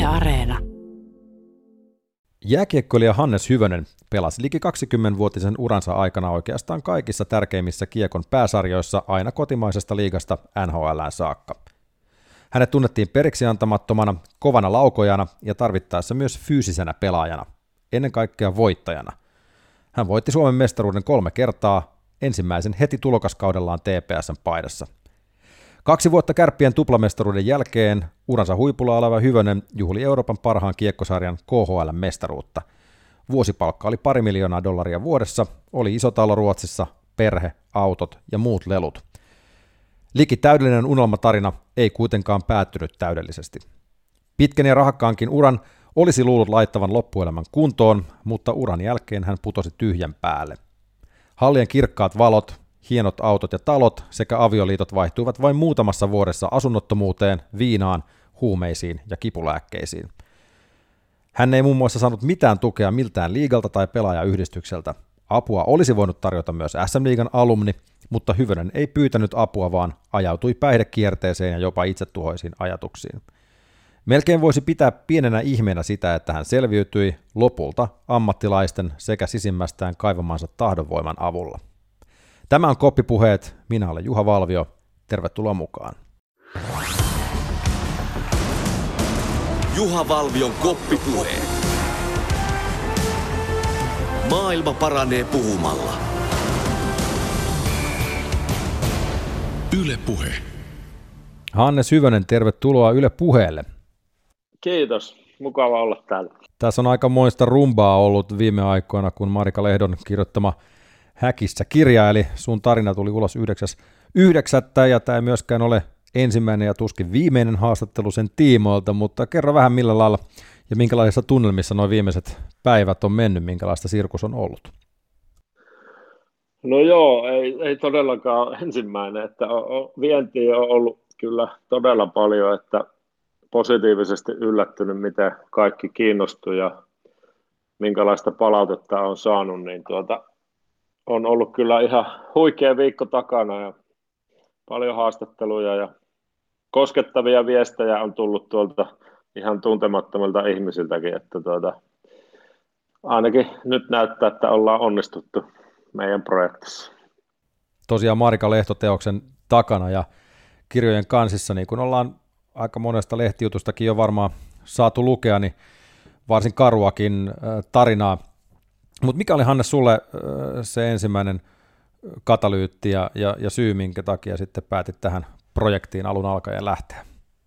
Areena. Jääkiekkoilija Hannes Hyvönen pelasi liki 20-vuotisen uransa aikana oikeastaan kaikissa tärkeimmissä kiekon pääsarjoissa aina kotimaisesta liigasta NHL:ään saakka. Hänet tunnettiin periksi antamattomana, kovana laukojana ja tarvittaessa myös fyysisenä pelaajana, ennen kaikkea voittajana. Hän voitti Suomen mestaruuden 3 kertaa, ensimmäisen heti tulokaskaudellaan TPS:n paidassa. 2 vuotta Kärppien tuplamestaruuden jälkeen uransa huipulla oleva Hyvönen juhli Euroopan parhaan kiekkosarjan KHL:n mestaruutta. Vuosipalkka oli $2 miljoonaa vuodessa, oli iso talo Ruotsissa, perhe, autot ja muut lelut. Liki täydellinen unelmatarina ei kuitenkaan päättynyt täydellisesti. Pitkän ja rahakkaankin uran olisi luullut laittavan loppuelämän kuntoon, mutta uran jälkeen hän putosi tyhjän päälle. Hallien kirkkaat valot, hienot autot ja talot sekä avioliitot vaihtuivat vain muutamassa vuodessa asunnottomuuteen, viinaan, huumeisiin ja kipulääkkeisiin. Hän ei muun muassa saanut mitään tukea miltään liigalta tai pelaajayhdistykseltä. Apua olisi voinut tarjota myös SM-liigan alumni, mutta Hyvönen ei pyytänyt apua, vaan ajautui päihdekierteeseen ja jopa itsetuhoisiin ajatuksiin. Melkein voisi pitää pienenä ihmeenä sitä, että hän selviytyi lopulta ammattilaisten sekä sisimmästään kaivamansa tahdonvoiman avulla. Tämä on Koppipuheet, minä olen Juha Valvio, tervetuloa mukaan. Juha Valvion Koppipuheet. Maailma paranee puhumalla. Yle Puhe. Hannes Hyvönen, tervetuloa Yle Puheelle. Kiitos, mukava olla täällä. Tässä on aikamoista rumbaa ollut viime aikoina, kun Marika Lehdon kirjoittama Häkissä kirja, eli sun tarina tuli ulos 9.9. ja tämä ei myöskään ole ensimmäinen ja tuskin viimeinen haastattelu sen tiimoilta, mutta kerro vähän millä lailla ja minkälaisissa tunnelmissa nuo viimeiset päivät on mennyt, minkälaista sirkus on ollut? No joo, ei todellakaan ensimmäinen, että vientiä on ollut kyllä todella paljon, että positiivisesti yllättynyt, miten kaikki kiinnostui ja minkälaista palautetta on saanut, niin on ollut kyllä ihan huikea viikko takana ja paljon haastatteluja ja koskettavia viestejä on tullut tuolta ihan tuntemattomilta ihmisiltäkin, että ainakin nyt näyttää, että ollaan onnistuttu meidän projektissa. Tosiaan Marika Lehto-teoksen takana ja kirjojen kansissa, niin kun ollaan aika monesta lehtijutustakin jo varmaan saatu lukea, niin varsin karuakin tarinaa. Mutta mikä oli, Hannes, sulle se ensimmäinen katalyytti ja syy, minkä takia sitten päätit tähän projektiin alun alkaen lähteä?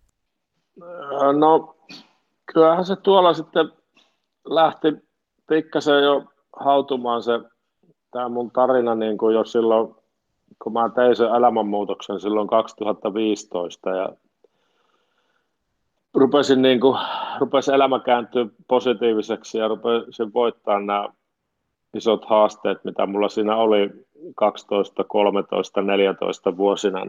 No, kyllähän se tuolla sitten lähti pikkasen jo hautumaan tämä mun tarina niin kuin jo silloin, kun mä tein sen elämänmuutoksen silloin 2015 ja rupesi elämä kääntyä positiiviseksi ja rupesin voittaa nämä isot haasteet, mitä mulla siinä oli 12, 13, 14 vuosina,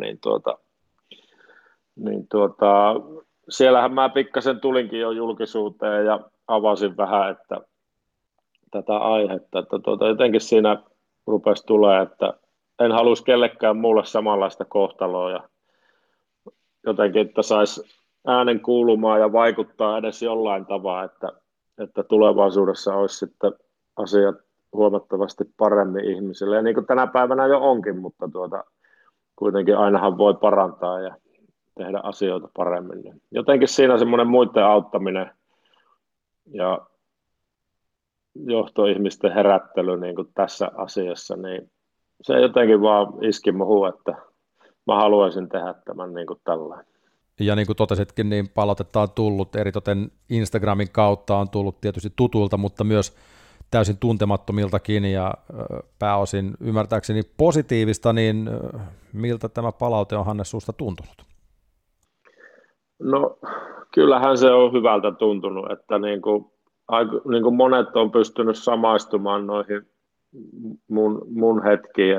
siellähän mä pikkasen tulinkin jo julkisuuteen ja avasin vähän että tätä aihetta, että jotenkin siinä rupesi tulee, että en halusi kellekään muulle samanlaista kohtaloa ja jotenkin, että saisi äänen kuulumaan ja vaikuttaa edes jollain tavalla, että tulevaisuudessa olisi sitten asiat huomattavasti paremmin ihmisille. Ja niin kuin tänä päivänä jo onkin, mutta kuitenkin ainahan voi parantaa ja tehdä asioita paremmin. Jotenkin siinä semmoinen muiden auttaminen ja johtoihmisten herättely niin kuin tässä asiassa, niin se jotenkin vaan iski muhun, että mä haluaisin tehdä tämän niin kuin tällainen. Ja niin kuin totesitkin, niin palautetta on tullut, eritoten Instagramin kautta on tullut tietysti tutulta, mutta myös täysin tuntemattomiltakin ja pääosin ymmärtääkseni positiivista, niin miltä tämä palaute on, Hannes, susta tuntunut? No kyllähän se on hyvältä tuntunut, että niin kuin monet on pystynyt samaistumaan noihin mun hetkiin,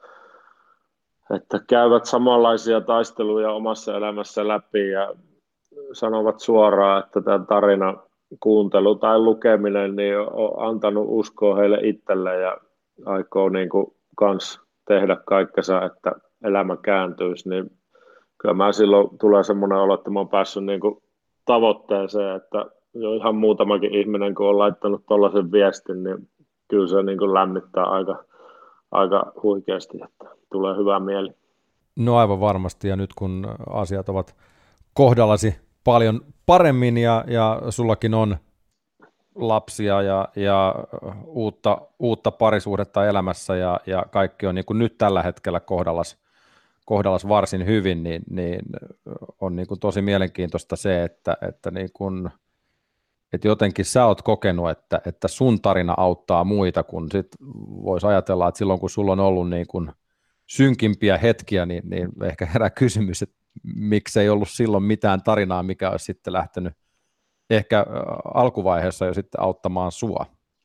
että käyvät samanlaisia taisteluja omassa elämässä läpi ja sanovat suoraan, että tämä tarina kuuntelu tai lukeminen niin on antanut uskoa heille itselleen ja aikoo niin kuin kans tehdä kaikkensa, että elämä kääntyisi, niin kyllä mä silloin tulee semmoinen olo, että mä oon päässyt niin kuin tavoitteeseen, että jo ihan muutamakin ihminen, kun on laittanut tuollaisen viestin, niin kyllä se niin kuin lämmittää aika huikeasti, että tulee hyvä mieli. No aivan varmasti, ja nyt kun asiat ovat kohdallasi paljon paremmin, ja sullakin on lapsia ja uutta parisuhdetta elämässä, ja kaikki on niin kuin nyt tällä hetkellä kohdallas varsin hyvin, niin on niin kuin tosi mielenkiintoista se, että niin kuin, että jotenkin sä oot kokenut, että sun tarina auttaa muita, kun sit voisi ajatella, että silloin kun sulla on ollut niin kuin synkimpiä hetkiä, niin ehkä herää kysymys, että miksei ollut silloin mitään tarinaa, mikä olisi sitten lähtenyt ehkä alkuvaiheessa jo sitten auttamaan sua.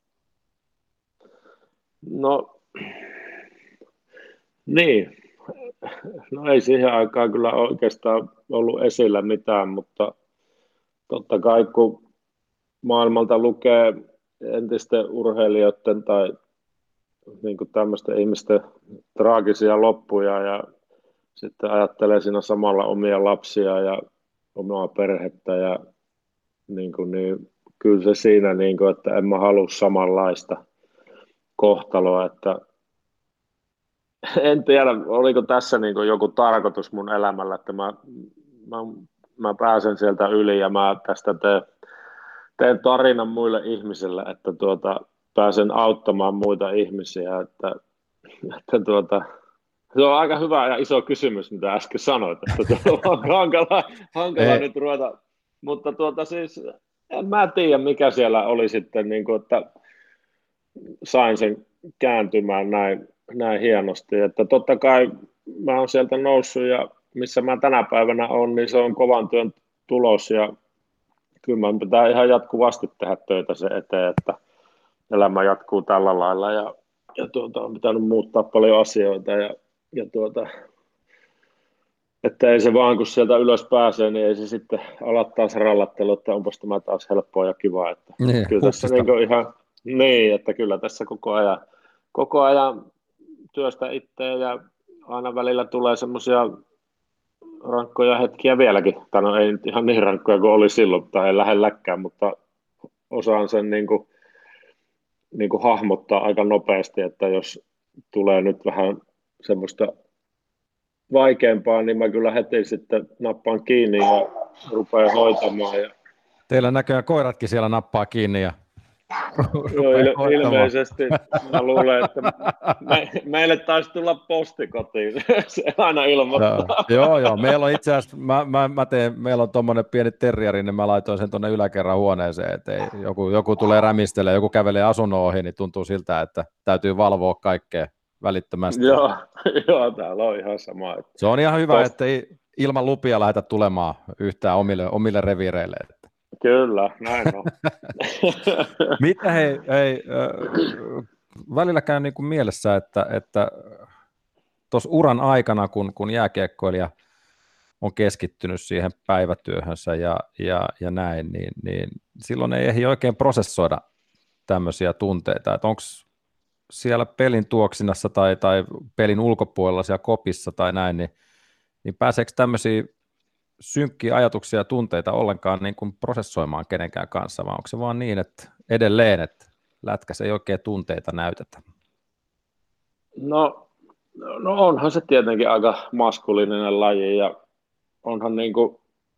No niin, no ei siihen aikaan kyllä oikeastaan ollut esillä mitään, mutta totta kai kun maailmalta lukee entisten urheilijoiden tai niin kuin tämmöisten ihmisten traagisia loppuja ja sitten ajattelee siinä samalla omia lapsia ja omaa perhettä ja niin kyllä se siinä, niin kuin, että en mä halua samanlaista kohtaloa, että en tiedä, oliko tässä niin kuin joku tarkoitus mun elämällä, että mä pääsen sieltä yli ja mä tästä teen tarinan muille ihmisille, että pääsen auttamaan muita ihmisiä, että se on aika hyvä ja iso kysymys, mitä äsken sanoit, että on hankala nyt ruveta, mutta siis en mä tiedä, mikä siellä oli sitten, niin kuin, että sain sen kääntymään näin hienosti, että totta kai mä oon sieltä noussut ja missä mä tänä päivänä on, niin se on kovan työn tulos ja kyllä mä pitää ihan jatkuvasti tehdä töitä sen eteen, että elämä jatkuu tällä lailla ja on pitänyt muuttaa paljon asioita ja että ei se vaan kun sieltä ylös pääsee, niin ei se sitten ala taas rallattelu, että onpas tämä taas helppoa ja kivaa, että Niin, kyllä tässä niin ihan niin, että kyllä tässä koko ajan työstä itseä ja aina välillä tulee semmoisia rankkoja hetkiä vieläkin, tai no ei nyt ihan niin rankkoja kuin oli silloin, tai ei lähelläkään, mutta osaan sen niin kuin hahmottaa aika nopeasti, että jos tulee nyt vähän semmoista vaikeampaa, niin mä kyllä heti sitten nappaan kiinni ja rupean hoitamaan. Ja teillä näköjään koiratkin siellä nappaa kiinni ja ilmeisesti mä luulen, että meille taisi tulla posti kotiin, se aina ilmoittaa. Joo, meillä on itse asiassa, meillä on tuommoinen pieni terrieri, niin mä laitoin sen tuonne yläkerran huoneeseen, että joku tulee rämistelemään, joku kävelee asunnon ohi, niin tuntuu siltä, että täytyy valvoa kaikkea välittömästi. Joo, täällä on ihan sama. Että se on ihan hyvä, että ei ilman lupia lähdetä tulemaan yhtään omille reviireille. Kyllä, näin on. Mitä hei välillä käy niin kuin mielessä, että tuossa uran aikana, kun jääkiekkoilija on keskittynyt siihen päivätyöhönsä ja näin, niin silloin ei ehdi oikein prosessoida tämmöisiä tunteita, että onko siellä pelin tuoksinassa tai pelin ulkopuolella siellä kopissa tai näin, niin pääseekö tämmöisiä synkkiä ajatuksia ja tunteita ollenkaan niin kuin prosessoimaan kenenkään kanssa, vai onko se vaan niin, että edelleen, että lätkässä ei oikein tunteita näytetä? No onhan se tietenkin aika maskuliininen laji, ja onhan niin kuin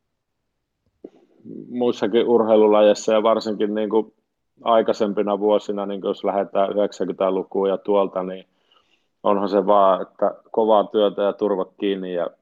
muissakin urheilulajeissa, ja varsinkin niin kuin aikaisempina vuosina, niin jos lähdetään 90-lukuun ja tuolta, niin onhan se vaan, että kovaa työtä ja turvat kiinni, ja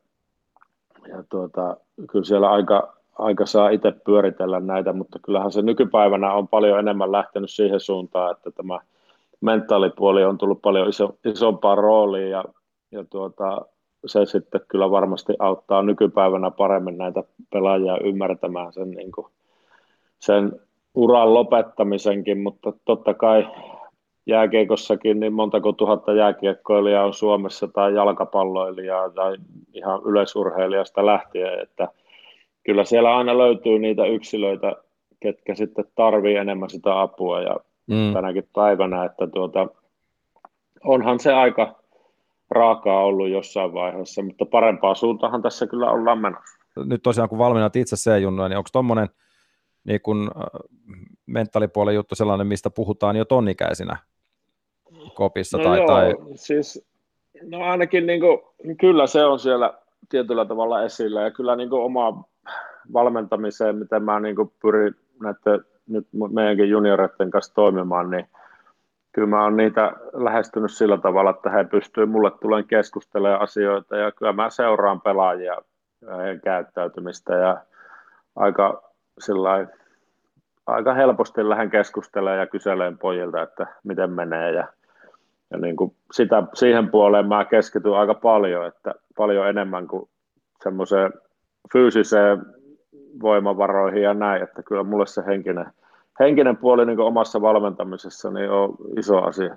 kyllä siellä aika saa itse pyöritellä näitä, mutta kyllähän se nykypäivänä on paljon enemmän lähtenyt siihen suuntaan, että tämä mentaalipuoli on tullut paljon isompaan rooliin ja se sitten kyllä varmasti auttaa nykypäivänä paremmin näitä pelaajia ymmärtämään sen, niin kuin, sen uran lopettamisenkin, mutta totta kai jääkiekossakin niin montako tuhatta jääkiekkoilijaa on Suomessa tai jalkapalloilijaa tai ihan yleisurheilijasta lähtien, että kyllä siellä aina löytyy niitä yksilöitä, ketkä sitten tarvii enemmän sitä apua ja tänäkin päivänä, että onhan se aika raakaa ollut jossain vaiheessa, mutta parempaa suuntahan tässä kyllä ollaan menossa. Nyt tosiaan kun valmennat itse C-junnoja, niin onko tuommoinen niin kun, mentaalipuolen juttu sellainen, mistä puhutaan jo tonnikäisinä kopissa No tai joo, siis no ainakin niin kuin, kyllä se on siellä tietyllä tavalla esillä ja kyllä niin kuin oma valmentamiseen, miten mä niin kuin pyrin näiden nyt meidänkin junioreiden kanssa toimimaan, niin kyllä mä oon niitä lähestynyt sillä tavalla, että he pystyvät mulle tulemaan keskustelemaan asioita ja kyllä mä seuraan pelaajia ja heidän käyttäytymistä ja aika sillai, aika helposti lähden keskustelemaan ja kyseleen pojilta, että miten menee ja niin kuin siihen puoleen mä keskityn aika paljon, että paljon enemmän kuin semmoiseen fyysiseen voimavaroihin ja näin, että kyllä mulle se henkinen puoli niin kuin omassa valmentamisessa niin on iso asia.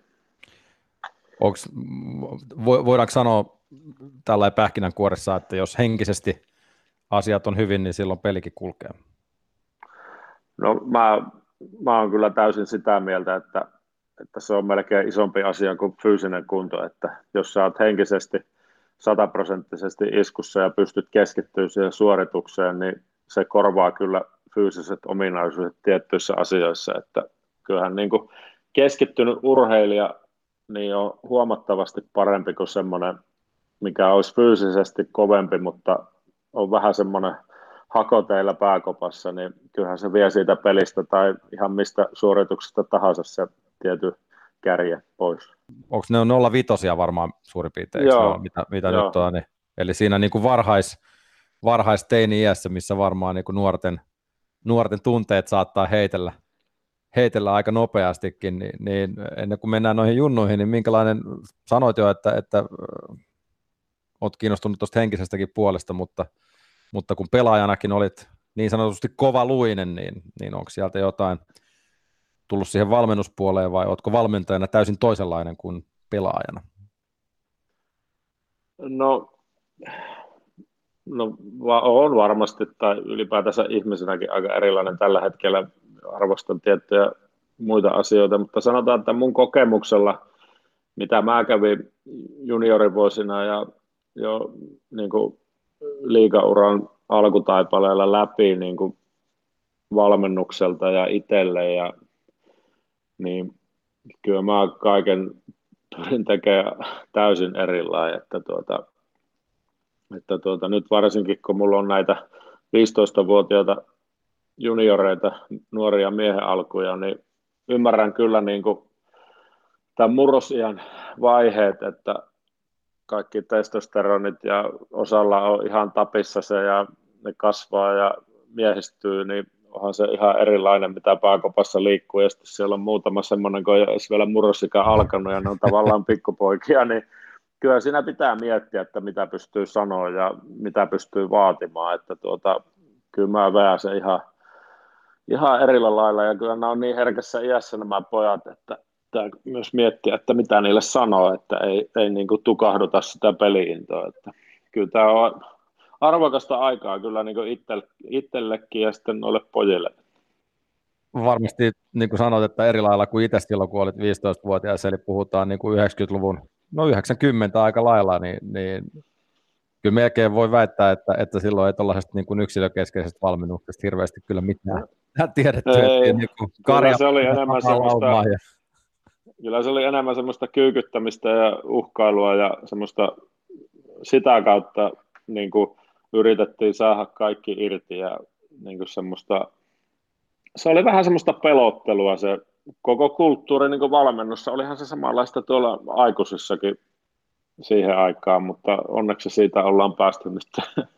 voidaanko sanoa tällä pähkinänkuoressa, että jos henkisesti asiat on hyvin, niin silloin pelikin kulkee? No mä oon kyllä täysin sitä mieltä, että se on melkein isompi asia kuin fyysinen kunto, että jos sä oot henkisesti 100% iskussa ja pystyt keskittymään siihen suoritukseen, niin se korvaa kyllä fyysiset ominaisuudet tiettyissä asioissa, että kyllähän niin kuin keskittynyt urheilija niin on huomattavasti parempi kuin semmoinen, mikä olisi fyysisesti kovempi, mutta on vähän semmoinen hakoteilla pääkopassa, niin kyllähän se vie siitä pelistä tai ihan mistä suorituksesta tahansa se tietty kärje pois. Onko ne 0,5 varmaan suurin piirtein, Joo, mitä joo. nyt on? Niin, eli siinä niin kuin varhais teini-iässä, missä varmaan niin kuin nuorten tunteet saattaa heitellä aika nopeastikin, niin ennen kuin mennään noihin junnuihin, niin minkälainen, sanoit jo, että olet kiinnostunut tuosta henkisestäkin puolesta, mutta kun pelaajanakin olit niin sanotusti kovaluinen, niin onko sieltä jotain tullut siihen valmennuspuoleen vai oletko valmentajana täysin toisenlainen kuin pelaajana? No on varmasti, tai ylipäätänsä ihmisenäkin aika erilainen tällä hetkellä, arvostan tiettyjä muita asioita, mutta sanotaan, että mun kokemuksella, mitä mä kävin juniorivuosina ja jo niin kuin liigauran alkutaipaleella läpi niin kuin valmennukselta ja itselle, niin kyllä mä kaiken pyrin tekemään täysin erilainen, että nyt varsinkin kun mulla on näitä 15-vuotiaita junioreita, nuoria miehen alkuja, niin ymmärrän kyllä niin kuin tämän murrosiän vaiheet, että kaikki testosteronit ja osalla on ihan tapissa se ja ne kasvaa ja miehistyy, niin onhan se ihan erilainen, mitä pääkopassa liikkuu, ja sitten siellä on muutama semmoinen, kun ei ole vielä murrosikä alkanut, ja ne on tavallaan pikkupoikia, niin kyllä siinä pitää miettiä, että mitä pystyy sanoa ja mitä pystyy vaatimaan, että kyllä mä veän se ihan erillä lailla, ja kyllä nämä on niin herkässä iässä nämä pojat, että pitää myös miettiä, että mitä niille sanoo, että ei niin kuin tukahduta sitä peliintoa, että kyllä tämä on arvokasta aikaa kyllä niin kuin itsellekin ja sitten noille pojille. Varmasti, niin kuin sanoit, että eri lailla kuin itse silloin, kun olit 15-vuotias, eli puhutaan niin kuin 90-luvun, no 90 aika lailla, niin kyllä melkein voi väittää, että silloin ei tuollaisesta niin kuin yksilökeskeisestä valmennuksesta hirveästi kyllä mitään tiedetty. Ei, niin kuin kyllä se oli enemmän semmoista, kyllä se oli enemmän semmoista kyykyttämistä ja uhkailua ja semmoista sitä kautta niin kuin yritettiin saada kaikki irti ja niin kuin semmoista, se oli vähän semmoista pelottelua se koko kulttuuri niin kuin valmennossa, olihan se samanlaista tuolla aikuisissakin siihen aikaan, mutta onneksi siitä ollaan päästy nyt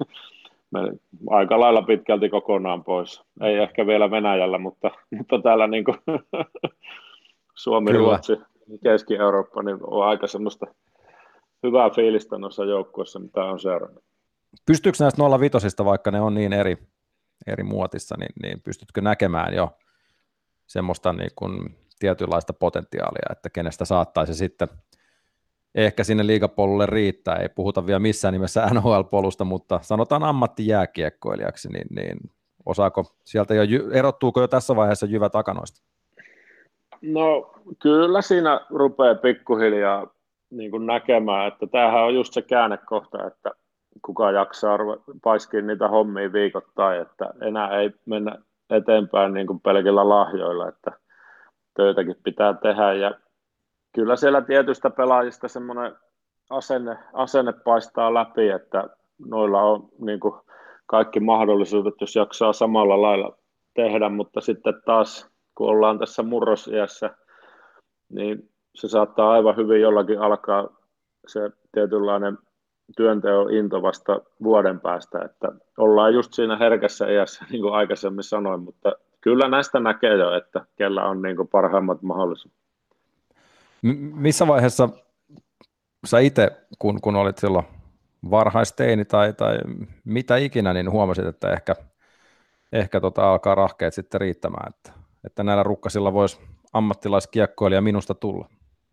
aika lailla pitkälti kokonaan pois. Ei ehkä vielä Venäjällä, mutta täällä niin kuin Suomi, kyllä. Ruotsi, Keski-Eurooppa, niin on aika semmoista hyvää fiilistä noissa joukkueissa, mitä on seurannut. Pystyykö näistä 0,5, vaikka ne on niin eri muotissa, niin pystytkö näkemään jo semmoista niin kuin tietynlaista potentiaalia, että kenestä saattaisi sitten ehkä sinne liigapolulle riittää, ei puhuta vielä missään nimessä NHL-polusta, mutta sanotaan ammattijääkiekkoilijaksi, niin osaako sieltä jo, erottuuko jo tässä vaiheessa jyvät akanoista? No kyllä siinä rupeaa pikkuhiljaa niin kuin näkemään, että tämähän on just se käännekohta, että kuka jaksaa paiskiin niitä hommia viikoittain, että enää ei mennä eteenpäin niin kuin pelkillä lahjoilla, että töitäkin pitää tehdä ja kyllä siellä tietystä pelaajista semmoinen asenne paistaa läpi, että noilla on niin kuin kaikki mahdollisuudet, jos jaksaa samalla lailla tehdä, mutta sitten taas kun ollaan tässä murrosiässä, niin se saattaa aivan hyvin jollakin alkaa se tietynlainen työnteon into vasta vuoden päästä, että ollaan just siinä herkässä iässä, niin kuin aikaisemmin sanoin, mutta kyllä näistä näkee jo, että kellä on niin kuin parhaimmat mahdollisuudet. Missä vaiheessa sä itse, kun olit silloin varhaisteini tai mitä ikinä, niin huomasit, että ehkä alkaa rahkeet sitten riittämään, että näillä rukkasilla voisi ammattilaiskiekkoilija minusta tulla?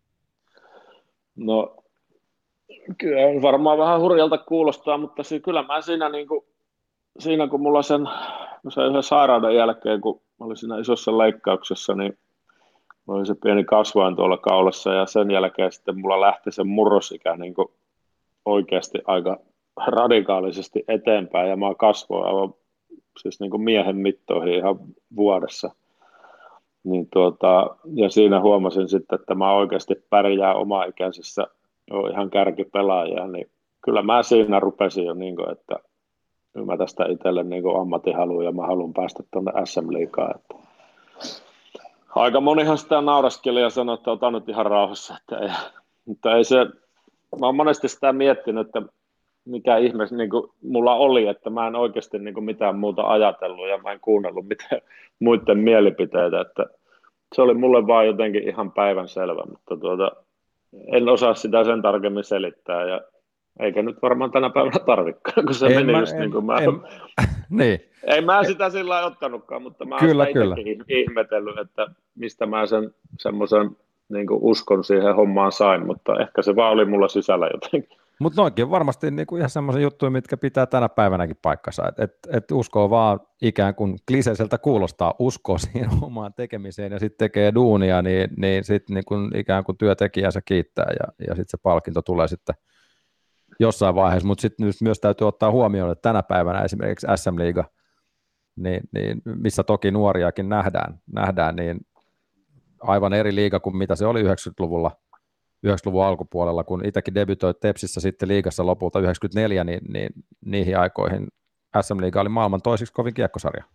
No kyllä varmaan vähän hurjalta kuulostaa, mutta kyllä mä siinä kun mulla sen yhden sairauden jälkeen, kun mä olin siinä isossa leikkauksessa, niin mulla oli se pieni kasvain tuolla kaulassa ja sen jälkeen sitten mulla lähti se murrosikä niin kuin oikeasti aika radikaalisesti eteenpäin ja mä kasvoin aivan siis niin kuin miehen mittoihin ihan vuodessa. Niin ja siinä huomasin sitten, että mä oikeasti pärjään omaikäisessä, olen ihan kärkipelaaja, niin kyllä mä siinä rupesin jo, niin kuin, että mä tästä itselle niin ammatin haluan ja mä haluan päästä tuonne SM-liigaan. Aika monihan sitä nauraskeli ja sanoi, että ota nyt ihan rauhassa, mutta ei se, mä oon monesti sitä miettinyt, että mikä ihme niin kuin mulla oli, että mä en oikeasti niin kuin mitään muuta ajatellut ja mä en kuunnellut mitään muiden mielipiteitä, että se oli mulle vaan jotenkin ihan päivänselvä, mutta en osaa sitä sen tarkemmin selittää ja eikä nyt varmaan tänä päivänä tarvikaan, kun se meni just niin kuin mä... Niin. Ei mä sitä sillä lailla ottanutkaan, mutta mä oon sitä itsekin ihmetellyt, että mistä mä semmoisen niin kuin uskon siihen hommaan sain, mutta ehkä se vaan oli mulla sisällä jotenkin. Mutta noinkin on varmasti niinku ihan semmoisia juttuja, mitkä pitää tänä päivänäkin paikkansa, että uskoo vaan ikään kuin kliseiseltä kuulostaa, uskoo siihen omaan tekemiseen ja sitten tekee duunia, niin sitten niinku ikään kuin työntekijänsä kiittää ja sitten se palkinto tulee sitten jossain vaiheessa, mutta sitten myös täytyy ottaa huomioon, että tänä päivänä esimerkiksi SM-liiga, niin, missä toki nuoriakin nähdään, niin aivan eri liiga kuin mitä se oli 90-luvulla, 90-luvun alkupuolella, kun itsekin debytoit Tepsissä sitten liigassa lopulta 94, niin niihin aikoihin SM-liiga oli maailman toiseksi kovin kiekkosarja.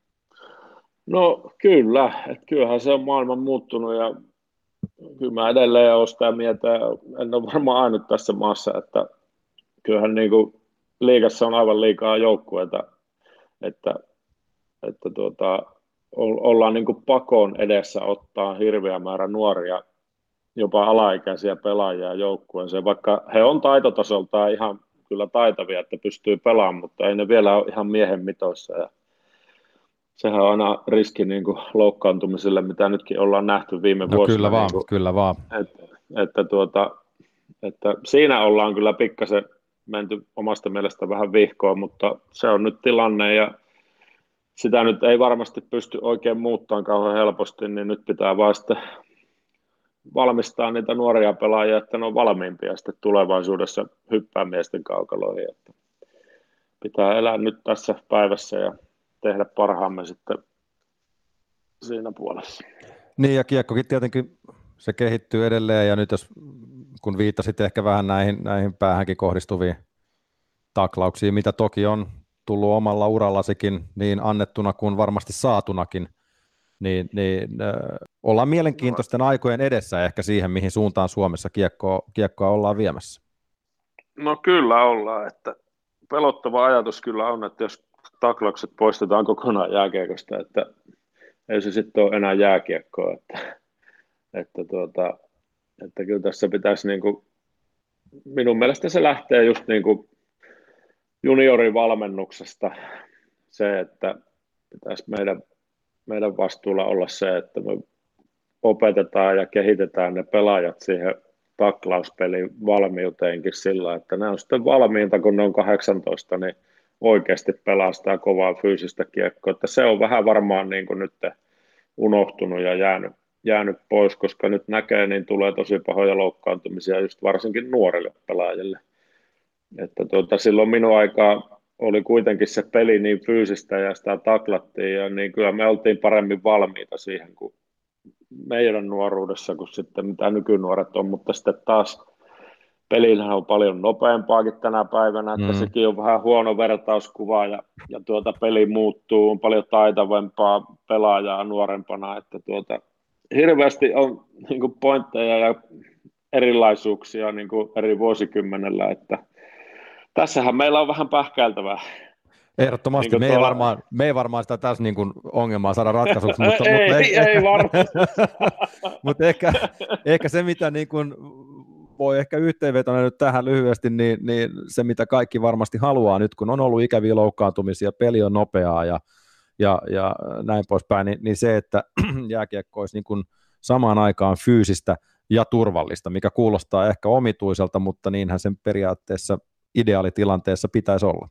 No kyllä, että kyllähän se on maailman muuttunut ja kyllä mä edelleen olen sitä mieltä, en ole varmaan ainut tässä maassa, että kyllähän niin kuin liigassa on aivan liikaa joukkueita, että ollaan niin kuin pakon edessä ottaa hirveä määrä nuoria, jopa alaikäisiä pelaajia joukkueeseen, vaikka he on taitotasoltaan ihan kyllä taitavia, että pystyy pelaamaan, mutta ei ne vielä ole ihan miehen mitoissa. Ja sehän on aina riski niin kuin loukkaantumiselle, mitä nytkin ollaan nähty viime vuosina. Kyllä vaan. Että siinä ollaan kyllä pikkasen menty omasta mielestä vähän vihkoon, mutta se on nyt tilanne ja sitä nyt ei varmasti pysty oikein muuttamaan kauhean helposti, niin nyt pitää vaan sitten valmistaa niitä nuoria pelaajia, että ne on valmiimpia sitten tulevaisuudessa hyppää miesten kaukaloihin. Että pitää elää nyt tässä päivässä ja tehdä parhaamme sitten siinä puolessa. Niin ja kiekkokin tietenkin se kehittyy edelleen ja nyt kun viittasit ehkä vähän näihin päähänkin kohdistuviin taklauksiin, mitä toki on tullut omalla urallasikin niin annettuna kuin varmasti saatunakin, niin ollaan mielenkiintoisten aikojen edessä ehkä siihen, mihin suuntaan Suomessa kiekkoa ollaan viemässä. No kyllä ollaan, että pelottava ajatus kyllä on, että jos taklaukset poistetaan kokonaan jääkiekosta, että ei se sitten ole enää jääkiekkoa, että kyllä tässä pitäisi niinku, minun mielestä se lähtee just niinku juniorivalmennuksesta se, että pitäisi meidän vastuulla olla se, että me opetetaan ja kehitetään ne pelaajat siihen taklauspelin valmiuteenkin sillä, että ne on sitten valmiinta, kun ne on 18, niin oikeasti pelastaa kovaa fyysistä kiekkoa. Että se on vähän varmaan niin kuin nyt unohtunut ja jäänyt pois, koska nyt näkee, niin tulee tosi pahoja loukkaantumisia just varsinkin nuorille pelaajille. Että silloin minun aikaa oli kuitenkin se peli niin fyysistä ja sitä taklattiin, ja niin kyllä me oltiin paremmin valmiita siihen kuin meidän nuoruudessa kuin sitten mitä nykynuoret on, mutta sitten taas pelillähän on paljon nopeampaakin tänä päivänä, että Mm. sekin on vähän huono vertauskuva ja peli muuttuu, on paljon taitavampaa pelaajaa nuorempana, että hirveästi on niin kuin pointteja ja erilaisuuksia niin kuin eri vuosikymmenellä, että tässähän meillä on vähän pähkäiltävää. Ehdottomasti. Niin Me ei varmaan sitä tässä niin kuin ongelmaa saada ratkaisuksi, ei varmasti. mutta ehkä se, mitä niin kuin voi ehkä yhteenvetona nyt tähän lyhyesti, niin se, mitä kaikki varmasti haluaa nyt, kun on ollut ikäviä loukkaantumisia, peli on nopeaa ja näin poispäin, niin se, että jääkiekko olisi niin kuin samaan aikaan fyysistä ja turvallista, mikä kuulostaa ehkä omituiselta, mutta niinhän sen periaatteessa ideaalitilanteessa pitäisi olla.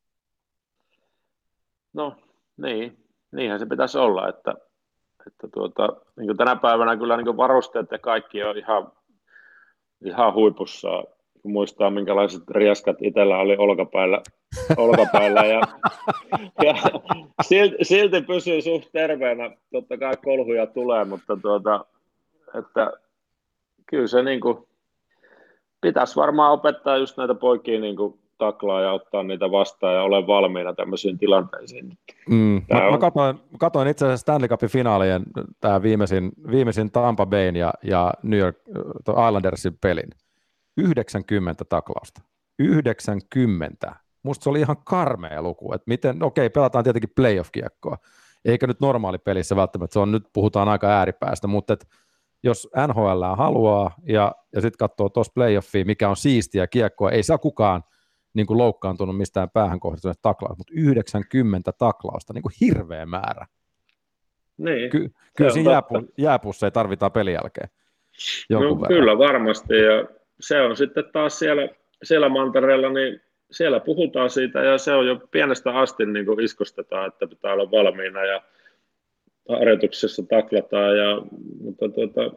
No niinhän se pitäisi olla, että niin kuin tänä päivänä kyllä niin kuin varusteet ja kaikki on ihan huipussa, kun muistaa minkälaiset rieskat itsellä oli olkapäällä ja silti pysyy suht terveenä, totta kai kolhuja tulee, mutta että kyllä se niin kuin, pitäisi varmaan opettaa just näitä poikia niin kuin taklaa ja ottaa niitä vastaan ja ole valmiina tämmöisiin tilanteisiin. Mä katoin itse asiassa Stanley Cupin finaalien tämä viimeisin Tampa Bayn ja New York Islandersin pelin. 90 taklausta. 90. Musta se oli ihan karmea luku, että miten, pelataan tietenkin playoff-kiekkoa, eikä nyt normaali pelissä välttämättä, nyt puhutaan aika ääripäästä, mutta jos NHL haluaa ja sitten katsoo tuossa playoffia, mikä on siistiä kiekkoa, ei saa kukaan niin kuin loukkaantunut mistään päähän kohdistuneet taklausta, mutta 90 taklausta, niin kuin hirveä määrä. Niin, kyllä siinä jääpussa ei tarvitaan pelin jälkeen. Kyllä varmasti, ja se on sitten taas siellä mantereella, niin siellä puhutaan siitä, ja se on jo pienestä asti niin kuin iskostetaan, että pitää olla valmiina, ja harjoituksessa taklataan, mutta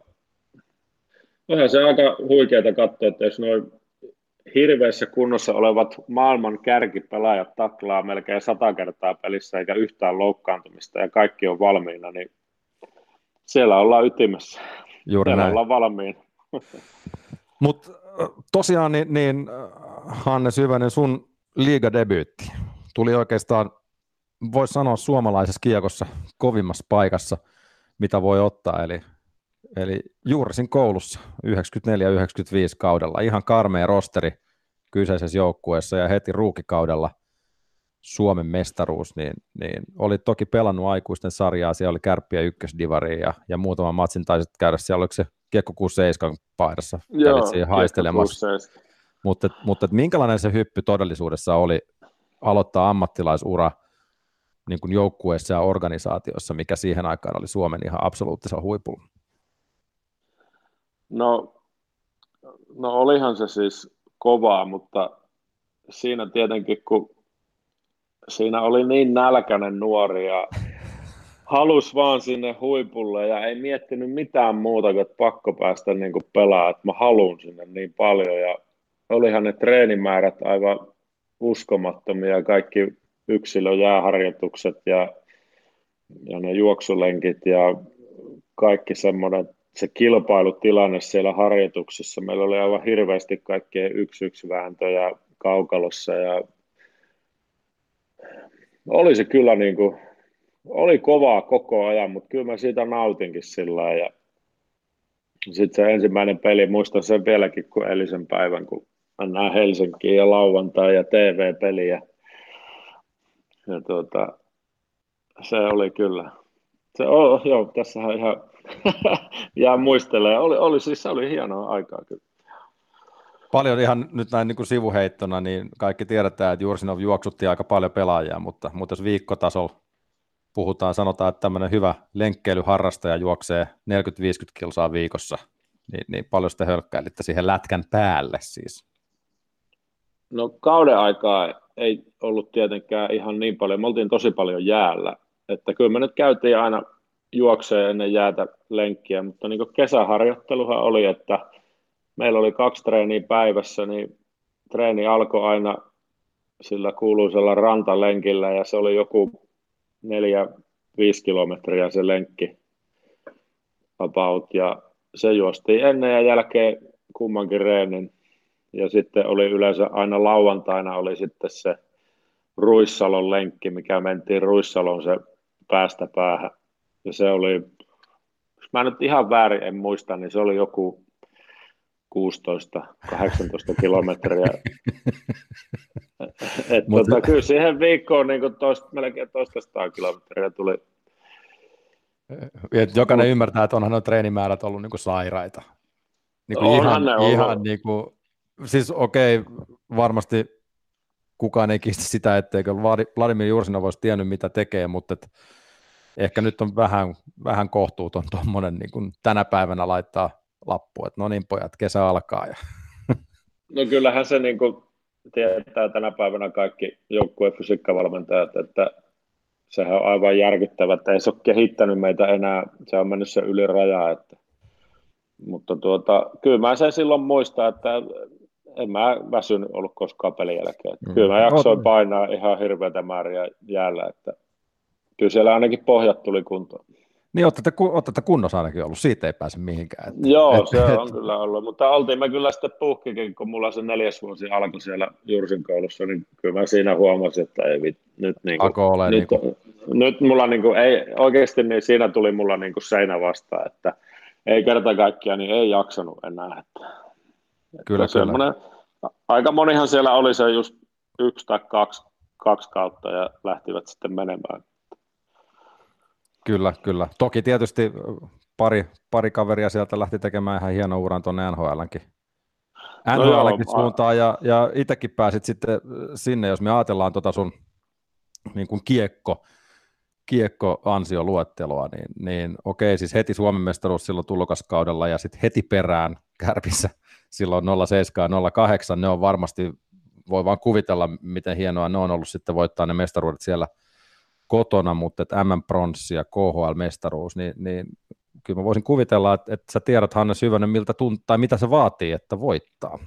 onhan se aika huikeaa katsoa, että jos noin hirveässä kunnossa olevat maailman kärkipelaajat taklaa melkein 100 kertaa pelissä eikä yhtään loukkaantumista ja kaikki on valmiina, niin siellä ollaan ytimessä. Juuri siellä näin. ollaan valmiina. Mutta tosiaan niin Hannes Syvänen, sun liigadebyytti tuli oikeastaan, voisi sanoa, suomalaisessa kiekossa kovimmassa paikassa, mitä voi ottaa, eli Juurisin koulussa 94-95 kaudella, ihan karmea rosteri kyseisessä joukkueessa ja heti ruukikaudella Suomen mestaruus, niin oli toki pelannut aikuisten sarjaa, siellä oli Kärppiä ykkösdivari ja muutaman matsin taisit käydä, siellä oliko se Kiekko 67 paidassa, kävit siihen haistelemassa, mutta minkälainen se hyppy todellisuudessa oli aloittaa ammattilaisura niin kuin joukkueessa ja organisaatiossa, mikä siihen aikaan oli Suomen ihan absoluuttisella huipulla? No olihan se siis kovaa, mutta siinä tietenkin, kun siinä oli niin nälkäinen nuori ja halusi vaan sinne huipulle ja ei miettinyt mitään muuta kuin, että pakko päästä niin kuin pelaamaan, että mä haluan sinne niin paljon ja olihan ne treenimäärät aivan uskomattomia, kaikki yksilöjääharjoitukset ja ne juoksulenkit ja kaikki semmoinen, se kilpailutilanne siellä harjoituksessa. Meillä oli aivan hirveästi kaikkea 1-1 vääntöjä kaukalossa ja oli se kyllä niin kuin, oli kovaa koko ajan, mutta kyllä mä siitä nautinkin sillä ja sitten se ensimmäinen peli, muistan sen vieläkin kuin eilisen päivän, kun mennään Helsinkiin ja lauantai ja TV-peli ja se oli kyllä. Joo, tässähän ihan jää muistelemaan. Se oli hienoa aikaa kyllä. Paljon ihan nyt näin niin kuin sivuheittona, niin kaikki tiedetään, että Jursinov juoksutti aika paljon pelaajia, mutta jos viikkotasolla puhutaan, sanotaan, että tämmöinen hyvä lenkkeilyharrastaja juoksee 40-50 kilsaa viikossa, niin paljon sitä hölkkäilitte siihen lätkän päälle siis? No kauden aikaa ei ollut tietenkään ihan niin paljon, me oltiin tosi paljon jäällä, että kyllä me nyt käytiin aina juokseen ennen jäätä lenkkiä, mutta niin kuin kesäharjoitteluhan oli, että meillä oli 2 treeniä päivässä, niin treeni alkoi aina sillä kuuluisella rantalenkillä ja se oli joku 4-5 kilometriä se lenkki about ja se juostiin ennen ja jälkeen kummankin reenin ja sitten oli yleensä aina lauantaina oli sitten se Ruissalon lenkki, mikä mentiin Ruissalon se päästä päähän ja se oli, jos mä nyt ihan väärin en muista, niin se oli joku 16-18 kilometriä. Kyllä siihen viikkoon niin melkein toista kilometriä tuli. Jokainen ymmärtää, että onhan nuo treenimäärät ollut niin kuin sairaita. Niin kuin ihan niin kuin, siis okei, varmasti kukaan ei kiistä sitä, etteikö Vladimir Jursinov olisi tiennyt, mitä tekee, mutta ehkä nyt on vähän kohtuuton tuommoinen niin kuin tänä päivänä laittaa lappu, että no niin pojat, kesä alkaa. Ja. No kyllähän se niin kuin tietää tänä päivänä kaikki joukkueen fysiikkavalmentajat, että sehän on aivan järkyttävä, että ei se ole kehittänyt meitä enää, se on mennyt se yli rajaa. Mutta kyllä mä sen silloin muistan, että en mä väsynyt ollut koskaan pelin jälkeen. Kyllä mä jaksoin painaa ihan hirveätä määriä jäällä, että kyllä siellä ainakin pohjat tuli kuntoon. Niin olette kunnossa ainakin ollut, siitä ei pääse mihinkään. Joo, se on kyllä ollut, mutta oltiin me kyllä sitten puhkikin, kun mulla se 4. vuosi alkoi siellä Jursin koulussa, niin kyllä mä siinä huomasin, että ei nyt nyt mulla niinku ei oikeasti, niin siinä tuli mulla niinku seinä vastaan, että ei kerta kaikkiaan, niin ei jaksanut enää. Kyllä. Aika monihan siellä oli se just 1 tai 2 kautta ja lähtivät sitten menemään. Kyllä. Toki tietysti pari kaveria sieltä lähti tekemään ihan hienon uran tuonne NHL:nkin suuntaan, ja itsekin pääsit sitten sinne, jos me ajatellaan sun niin kuin kiekko-ansioluetteloa, niin okei, siis heti Suomen mestaruus silloin tulokaskaudella, ja sitten heti perään Kärpissä silloin 07 ja 08, ne on varmasti, voi vaan kuvitella, miten hienoa ne on ollut sitten voittaa ne mestaruudet siellä kotona, mutta MM-pronssi ja KHL-mestaruus, niin kyllä mä voisin kuvitella, että sä tiedät, Hanne Syvänen, tai mitä se vaatii, että voittaa.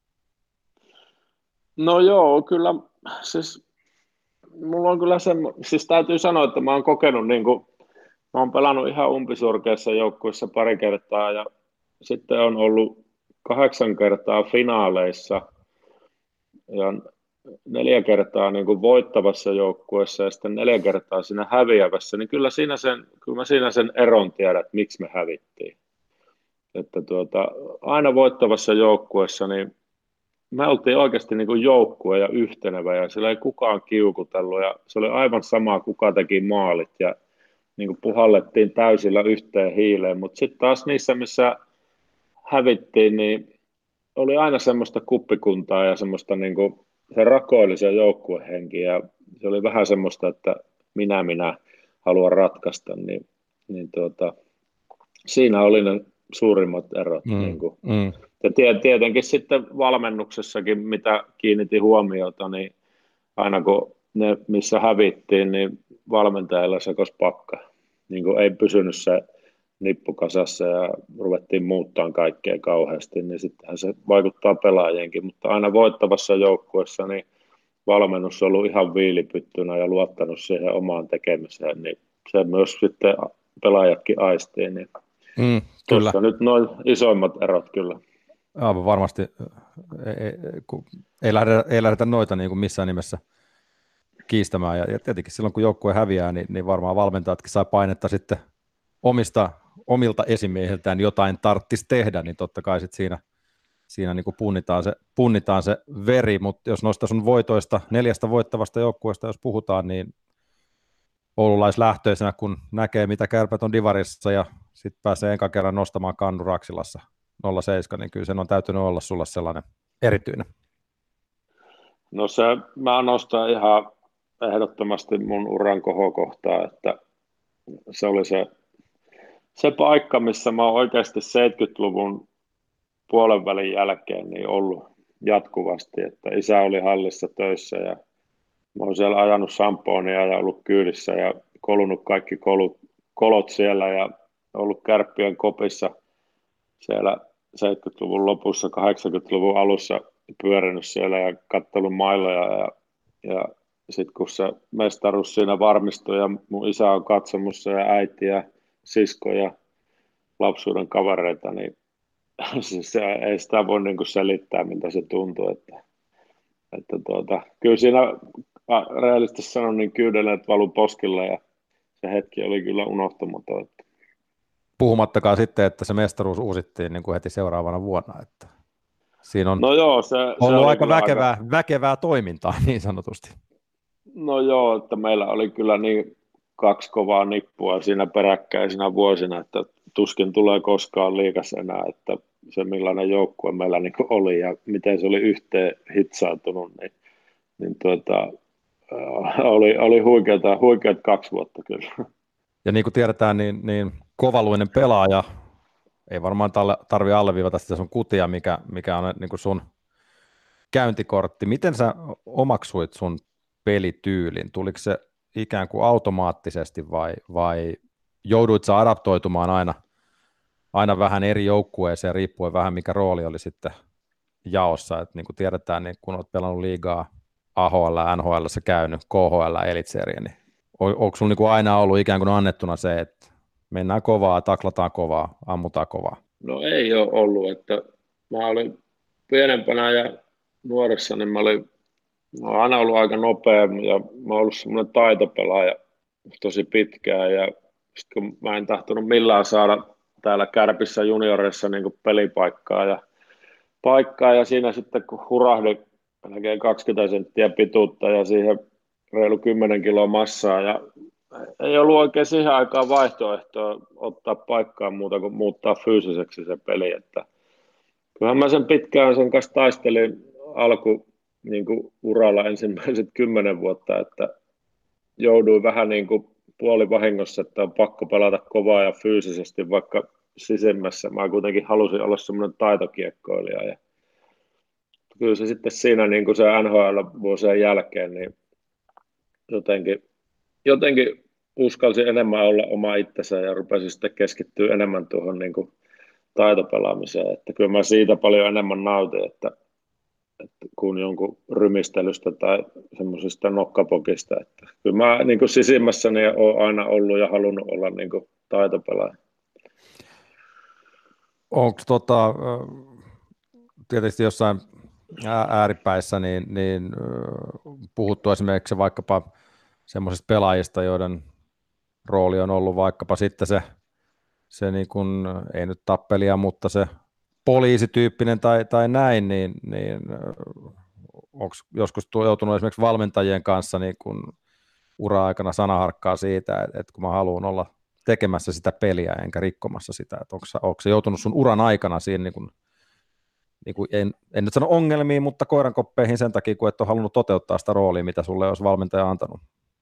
No joo, kyllä, siis mulla on kyllä siis täytyy sanoa, että mä oon kokenut, niin kuin, mä oon pelannut ihan umpisurkeissa joukkueissa pari kertaa, ja sitten on ollut 8 kertaa finaaleissa, ja 4 kertaa niin kuin voittavassa joukkueessa ja sitten 4 kertaa siinä häviävässä, niin kyllä mä siinä sen eron tiedän, että miksi me hävittiin. Että aina voittavassa joukkueessa, niin me oltiin oikeasti niin kuin joukkue ja yhtenevä ja siellä ei kukaan kiukutellut ja se oli aivan sama, kuka teki maalit ja niin kuin puhallettiin täysillä yhteen hiileen, mutta sitten taas niissä, missä hävittiin, niin oli aina semmoista kuppikuntaa ja semmoista niin kuin se rakoili se joukkuehenki ja se oli vähän semmoista, että minä haluan ratkaista, niin siinä oli ne suurimmat erot. Ja tietenkin sitten valmennuksessakin, mitä kiinnitin huomiota, niin aina kun ne, missä hävittiin, niin valmentajilla sekos pakka. Niin kuin ei pysynyt se nippu kasassa ja ruvettiin muuttaa kaikkea kauheasti, niin sittenhän se vaikuttaa pelaajienkin, mutta aina voittavassa joukkueessa niin valmennus on ollut ihan viilipyttynä ja luottanut siihen omaan tekemiseen, niin se myös sitten pelaajatkin aistii, niin tuossa nyt noin isoimmat erot kyllä. Aivan varmasti ei lähdetä noita niin kuin missään nimessä kiistämään, ja tietenkin silloin kun joukkue häviää, niin varmaan valmentajatkin saa painetta sitten omilta esimiehiltään jotain tarttisi tehdä, niin totta kai sitten siinä niin kuin punnitaan se veri, mutta jos noista sun voitoista, 4 voittavasta joukkueesta, jos puhutaan, niin oululaislähtöisenä, kun näkee, mitä Kärpät on divarissa, ja sitten pääsee enkä kerran nostamaan kannu Raksilassa 07, niin kyllä sen on täytynyt olla sulla sellainen erityinen. No mä nostan ihan ehdottomasti mun uran kohokohtaa, että se oli se paikka, missä mä oon oikeasti 70-luvun puolen välin jälkeen niin ollut jatkuvasti, että isä oli hallissa töissä ja mä oon siellä ajanut sampoonia ja ollut kyydissä ja kolunut kaikki kolot siellä ja ollut Kärppien kopissa siellä 70-luvun lopussa, 80-luvun alussa pyörinyt siellä ja katsellut mailoja ja Ja sitten kun se mestaruus siinä varmistui ja mun isä on katsomussa ja äiti ja sisko ja lapsuuden kavereita, niin siis ei sitä voi niin kuin selittää, miltä se tuntuu. Kyllä siinä rehellisesti sanon, niin kyydeleet valu poskille ja se hetki oli kyllä unohtumaton. Puhumattakaan sitten, että se mestaruus uusittiin niin kuin heti seuraavana vuonna, että siinä on No joo, se ollut oli aika kyllä väkevää toimintaa niin sanotusti. No joo, että meillä oli kyllä niin kaksi kovaa nippua siinä peräkkäisinä vuosina, että tuskin tulee koskaan liigas enää, että se millainen joukkue meillä niin oli ja miten se oli yhteen hitsautunut, oli huikeat 2 vuotta kyllä. Ja niin kuin tiedetään, niin kovaluinen pelaaja, ei varmaan tarvitse alleviivata sitä sun kutia, mikä on niin kuin sun käyntikortti. Miten sä omaksuit sun pelityylin? Tuliko se ikään kuin automaattisesti vai jouduit sä adaptoitumaan aina vähän eri joukkueeseen, riippuen vähän mikä rooli oli sitten jaossa. Et niin kuin tiedetään, niin kun olet pelannut liigaa AHL, NHL käynyt, KHL, Elitserie, niin onko sulla niin kuin aina ollut ikään kuin annettuna se, että mennään kovaa, taklataan kovaa, ammutaan kovaa? No ei ole ollut, että mä olin pienempänä ja nuoressa, niin mä olen aina ollut aika nopea ja mä oon ollut semmoinen taitopelaaja tosi pitkään ja sitten kun mä en tahtonut millään saada täällä Kärpissä junioreissa niin kuin paikkaa ja siinä sitten kun hurahdi melkein 20 senttiä pituutta ja siihen reilu 10 kiloa massaa ja ei ollut oikein siihen aikaan vaihtoehtoa ottaa paikkaa muuta kuin muuttaa fyysiseksi se peli, että kyllähän mä sen pitkään sen kanssa taistelin niin kuin uralla ensimmäiset 10 vuotta, että jouduin vähän niin kuin puolivahingossa, että on pakko pelata kovaa ja fyysisesti, vaikka sisimmässä mä kuitenkin halusin olla semmoinen taitokiekkoilija. Ja kyllä se sitten siinä niin kuin se NHL-vuosien jälkeen, niin jotenkin uskalsin enemmän olla oma itsensä ja rupesin sitten keskittyä enemmän tuohon niin kuin taitopelaamiseen. Että kyllä mä siitä paljon enemmän nautin, että kuin jonkun rymistelystä tai semmoisesta nokkapokista. Että kyllä mä niin kuin sisimmässäni olen aina ollut ja halunnut olla niin kuin taitopelaaja. Onko tietysti jossain ääripäissä niin puhuttu esimerkiksi vaikkapa semmoisista pelaajista, joiden rooli on ollut vaikkapa sitten se niin kuin, ei nyt tappelia, mutta se poliisityyppinen tai näin, niin onko joskus joutunut esimerkiksi valmentajien kanssa niin kuin ura-aikana sanaharkkaa siitä, että kun mä haluan olla tekemässä sitä peliä enkä rikkomassa sitä, että onko se joutunut sun uran aikana siinä niin kuin en nyt sano ongelmiin, mutta koirankoppeihin sen takia, kun et ole halunnut toteuttaa sitä roolia, mitä sulle olisi valmentaja antanut?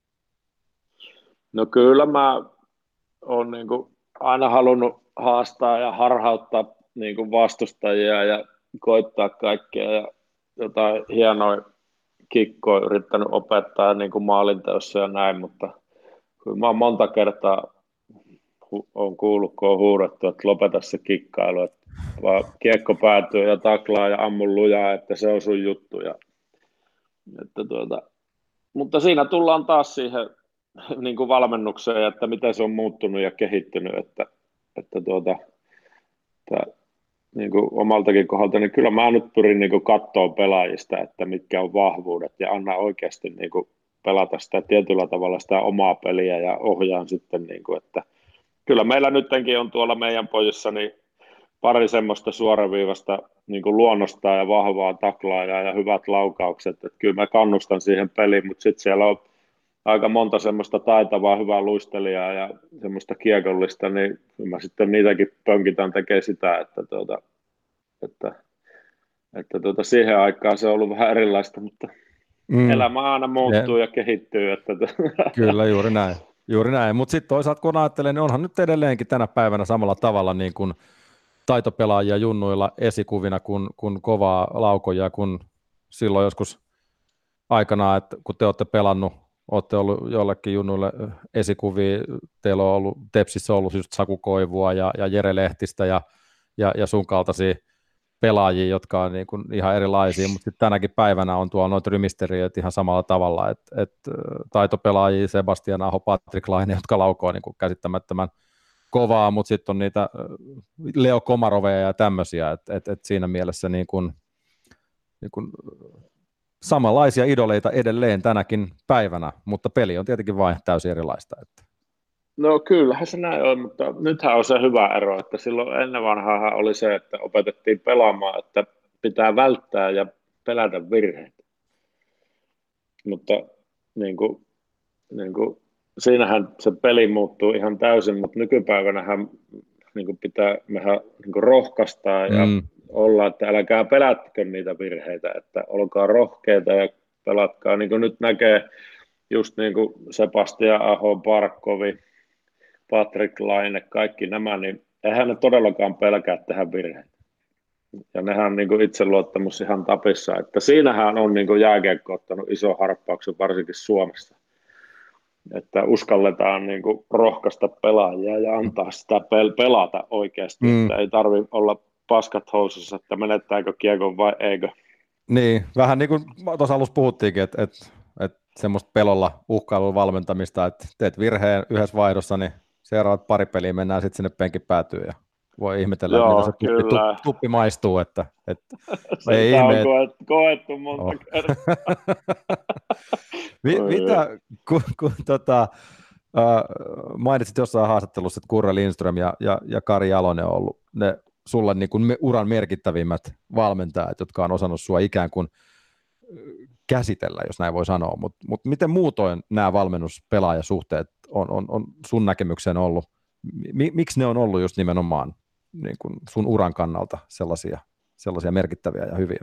No kyllä mä oon niin kuin aina halunnut haastaa ja harhauttaa niin kuin vastustajia ja koittaa kaikkea ja jotain hienoja kikkoja yrittänyt opettaa niin kuin maalinteossa ja näin, mutta kyllä mä oon monta kertaa on kuullut, kun on huudettu, että lopeta se kikkailu, että vaan kiekko päätyy ja taklaa ja ammun lujaa, että se on sun juttu. Mutta siinä tullaan taas siihen niin kuin valmennukseen, että miten se on muuttunut ja kehittynyt, että niin kuin omaltakin kohdalta, niin kyllä mä nyt pyrin niin kuin katsoa pelaajista, että mitkä on vahvuudet ja anna oikeasti niin kuin pelata sitä tietyllä tavalla sitä omaa peliä ja ohjaan sitten, niin kuin, että kyllä meillä nytkin on tuolla meidän pojissa niin pari semmoista suoraviivasta niin kuin luonnostaan ja vahvaa taklaajaa ja hyvät laukaukset, että kyllä mä kannustan siihen peliin, mutta sitten siellä on aika monta semmoista taitavaa, hyvää luistelijaa ja semmoista kiekollista, niin mä sitten niitäkin pönkitän tekee sitä, että siihen aikaan se on ollut vähän erilaista, mutta elämä aina muuttuu ja kehittyy. Kyllä, juuri näin. Mutta sitten toisaalta kun ajattelee, niin onhan nyt edelleenkin tänä päivänä samalla tavalla niin kuin taitopelaajia junnuilla esikuvina kuin kovaa laukoja, kun silloin joskus aikanaan, että kun te olette pelannut, olette ollut jollekin junnuille esikuvia, teillä on ollut Tepsissä ollut just Saku Koivua ja Jere Lehtistä ja sun kaltaisia pelaajia, jotka on niin kuin ihan erilaisia, mutta sitten tänäkin päivänä on tuolla noita rymisteriöitä ihan samalla tavalla, että taitopelaajia Sebastian Aho, Patrick Laine, jotka laukoo niin kuin käsittämättömän kovaa, mutta sitten on niitä Leo Komaroveja ja tämmöisiä, että siinä mielessä niin kuin samanlaisia idoleita edelleen tänäkin päivänä, mutta peli on tietenkin vain täysin erilaista. Että. No kyllähän se näin on, mutta nythän on se hyvä ero, että silloin ennen vanhaahan oli se, että opetettiin pelaamaan, että pitää välttää ja pelätä virheitä. Mutta niin kuin, siinähän se peli muuttuu ihan täysin, mutta nykypäivänähän mehän rohkaistaan ja olla, että älkää pelätkö niitä virheitä, että olkaa rohkeita ja pelatkaa. Niin kuin nyt näkee just niin kuin Sebastian Aho, Barkovi, Patrick Laine, kaikki nämä, niin eihän ne todellakaan pelkää tehdä virheitä. Ja nehän on niin kuin itseluottamus ihan tapissa, että siinähän on niin kuin jääkiekko ottanut ison harppauksen, varsinkin Suomessa. Että uskalletaan niin kuin rohkaista pelaajia ja antaa sitä pelata oikeasti, että ei tarvitse olla paskat housussa, että menettääkö kiekon vai eikö. Niin, vähän niin kuin tuossa alussa puhuttiinkin, että semmoista pelolla uhkailun valmentamista, että teet virheen yhdessä vaihdossa, niin seuraavat pari peliä mennään sitten sinne penkin päätyyn ja voi ihmetellä, Joo, että mitä se tuppi maistuu, että ei ihme, on koettu monta kertaa. Mitä, kun mainitsit jossain haastattelussa, että Kurre Lindström ja Kari Jalonen on ollut ne sulla niin kuin uran merkittävimmät valmentajat, jotka on osannut sua ikään kuin käsitellä, jos näin voi sanoa, mutta miten muutoin nämä valmennuspelaajasuhteet on sun näkemykseen ollut? Miksi ne on ollut just nimenomaan niin kuin sun uran kannalta sellaisia merkittäviä ja hyviä?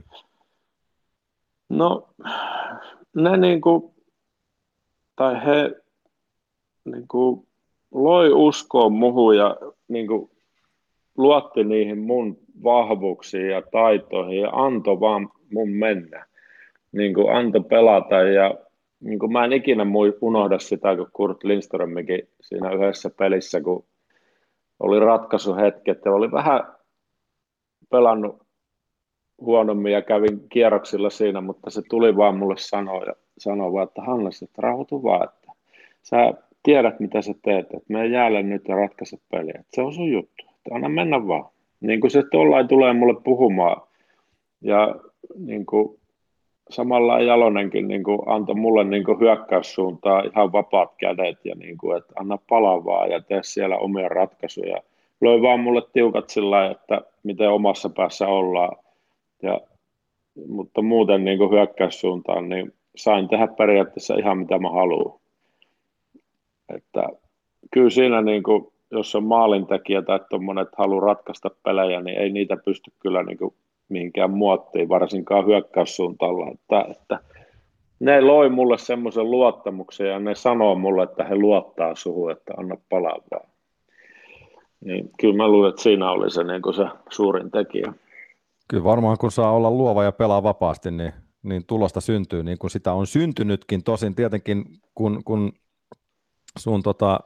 No, ne niinku, tai he niinku loi uskoa muhun ja niinku luotti niihin mun vahvuuksiin ja taitoihin ja antoi vaan mun mennä. Niinku antoi pelata ja niinku mä en ikinä unohda sitä, kun Kurt Lindströmmikin siinä yhdessä pelissä, kun oli ratkaisuhetki, että oli vähän pelannut huonommin ja kävin kierroksilla siinä, mutta se tuli vaan mulle sanoa vaan, että Hannes, että rauhoitu vaan, että sä tiedät mitä sä teet, että me jäällä nyt ja ratkaise peliä, että se on sun juttu, että anna mennä vaan. Niin kuin se tollain tulee mulle puhumaan ja niin kuin samalla Jalonenkin niin kuin antoi mulle niin kuin hyökkäyssuuntaan ihan vapaat kädet ja niin kuin, että anna palaa vaan ja tee siellä omia ratkaisuja. Loi vaan mulle tiukat sillä, että miten omassa päässä ollaan. Mutta muuten niin kuin hyökkäyssuuntaan, niin sain tehdä periaatteessa ihan mitä mä haluan. Että kyllä siinä, niin kuin, jos on maalintekijä tai tuommoinen, että haluaa ratkaista pelejä, niin ei niitä pysty kyllä niin kuin mihinkään muottiin, varsinkaan hyökkäyssuuntaan. Että ne loi mulle semmoisen luottamuksen ja ne sanoo mulle, että he luottaa suhun, että anna palaa vaan. Niin kyllä mä luulen, että siinä oli se, niin kuin se suurin tekijä. Kyllä varmaan kun saa olla luova ja pelaa vapaasti, niin tulosta syntyy, niin kuin sitä on syntynytkin. Tosin tietenkin, kun sun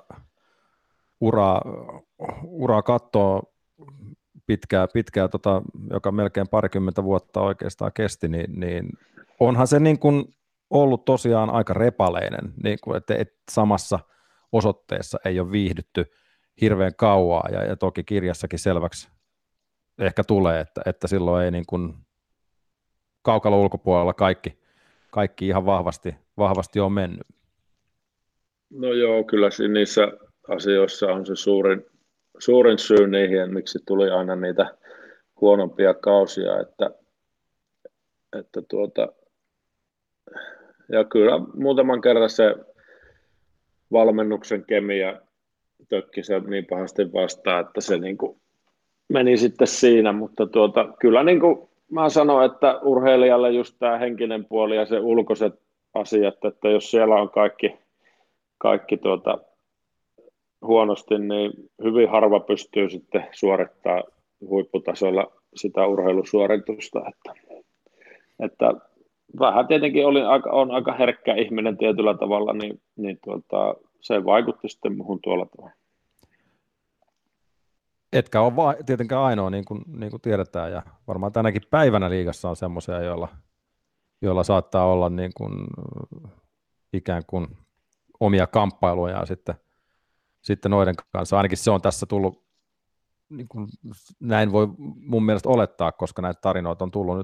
uraa katsoo pitkää joka melkein parikymmentä vuotta oikeastaan kesti, niin onhan se niin kuin ollut tosiaan aika repaleinen, niin kuin, että samassa osoitteessa ei ole viihdytty hirveän kauaa, ja toki kirjassakin selväksi ehkä tulee, että silloin ei niin kuin kaukalon ulkopuolella kaikki ihan vahvasti on mennyt. No joo, kyllä niissä asioissa on se suurin syy niihin, miksi tuli aina niitä huonompia kausia, että ja kyllä muutaman kerran se valmennuksen kemia tökki se niin pahasti vastaan, että se niin kuin meni sitten siinä, mutta kyllä niin kuin mä sanon, että urheilijalle just tämä henkinen puoli ja se ulkoiset asiat, että jos siellä on kaikki huonosti, niin hyvin harva pystyy sitten suorittamaan huipputasolla sitä urheilusuoritusta, että vähän tietenkin on aika herkkä ihminen tietyllä tavalla, niin se vaikutti sitten muuhun tuolla tavalla. Etkä ole tietenkään ainoa, niin kuin tiedetään, ja varmaan tänäkin päivänä liigassa on semmoisia, joilla saattaa olla niin kuin, ikään kuin omia kamppailuja sitten noiden kanssa. Ainakin se on tässä tullut, niin kuin, näin voi mun mielestä olettaa, koska näitä tarinoita on tullut nyt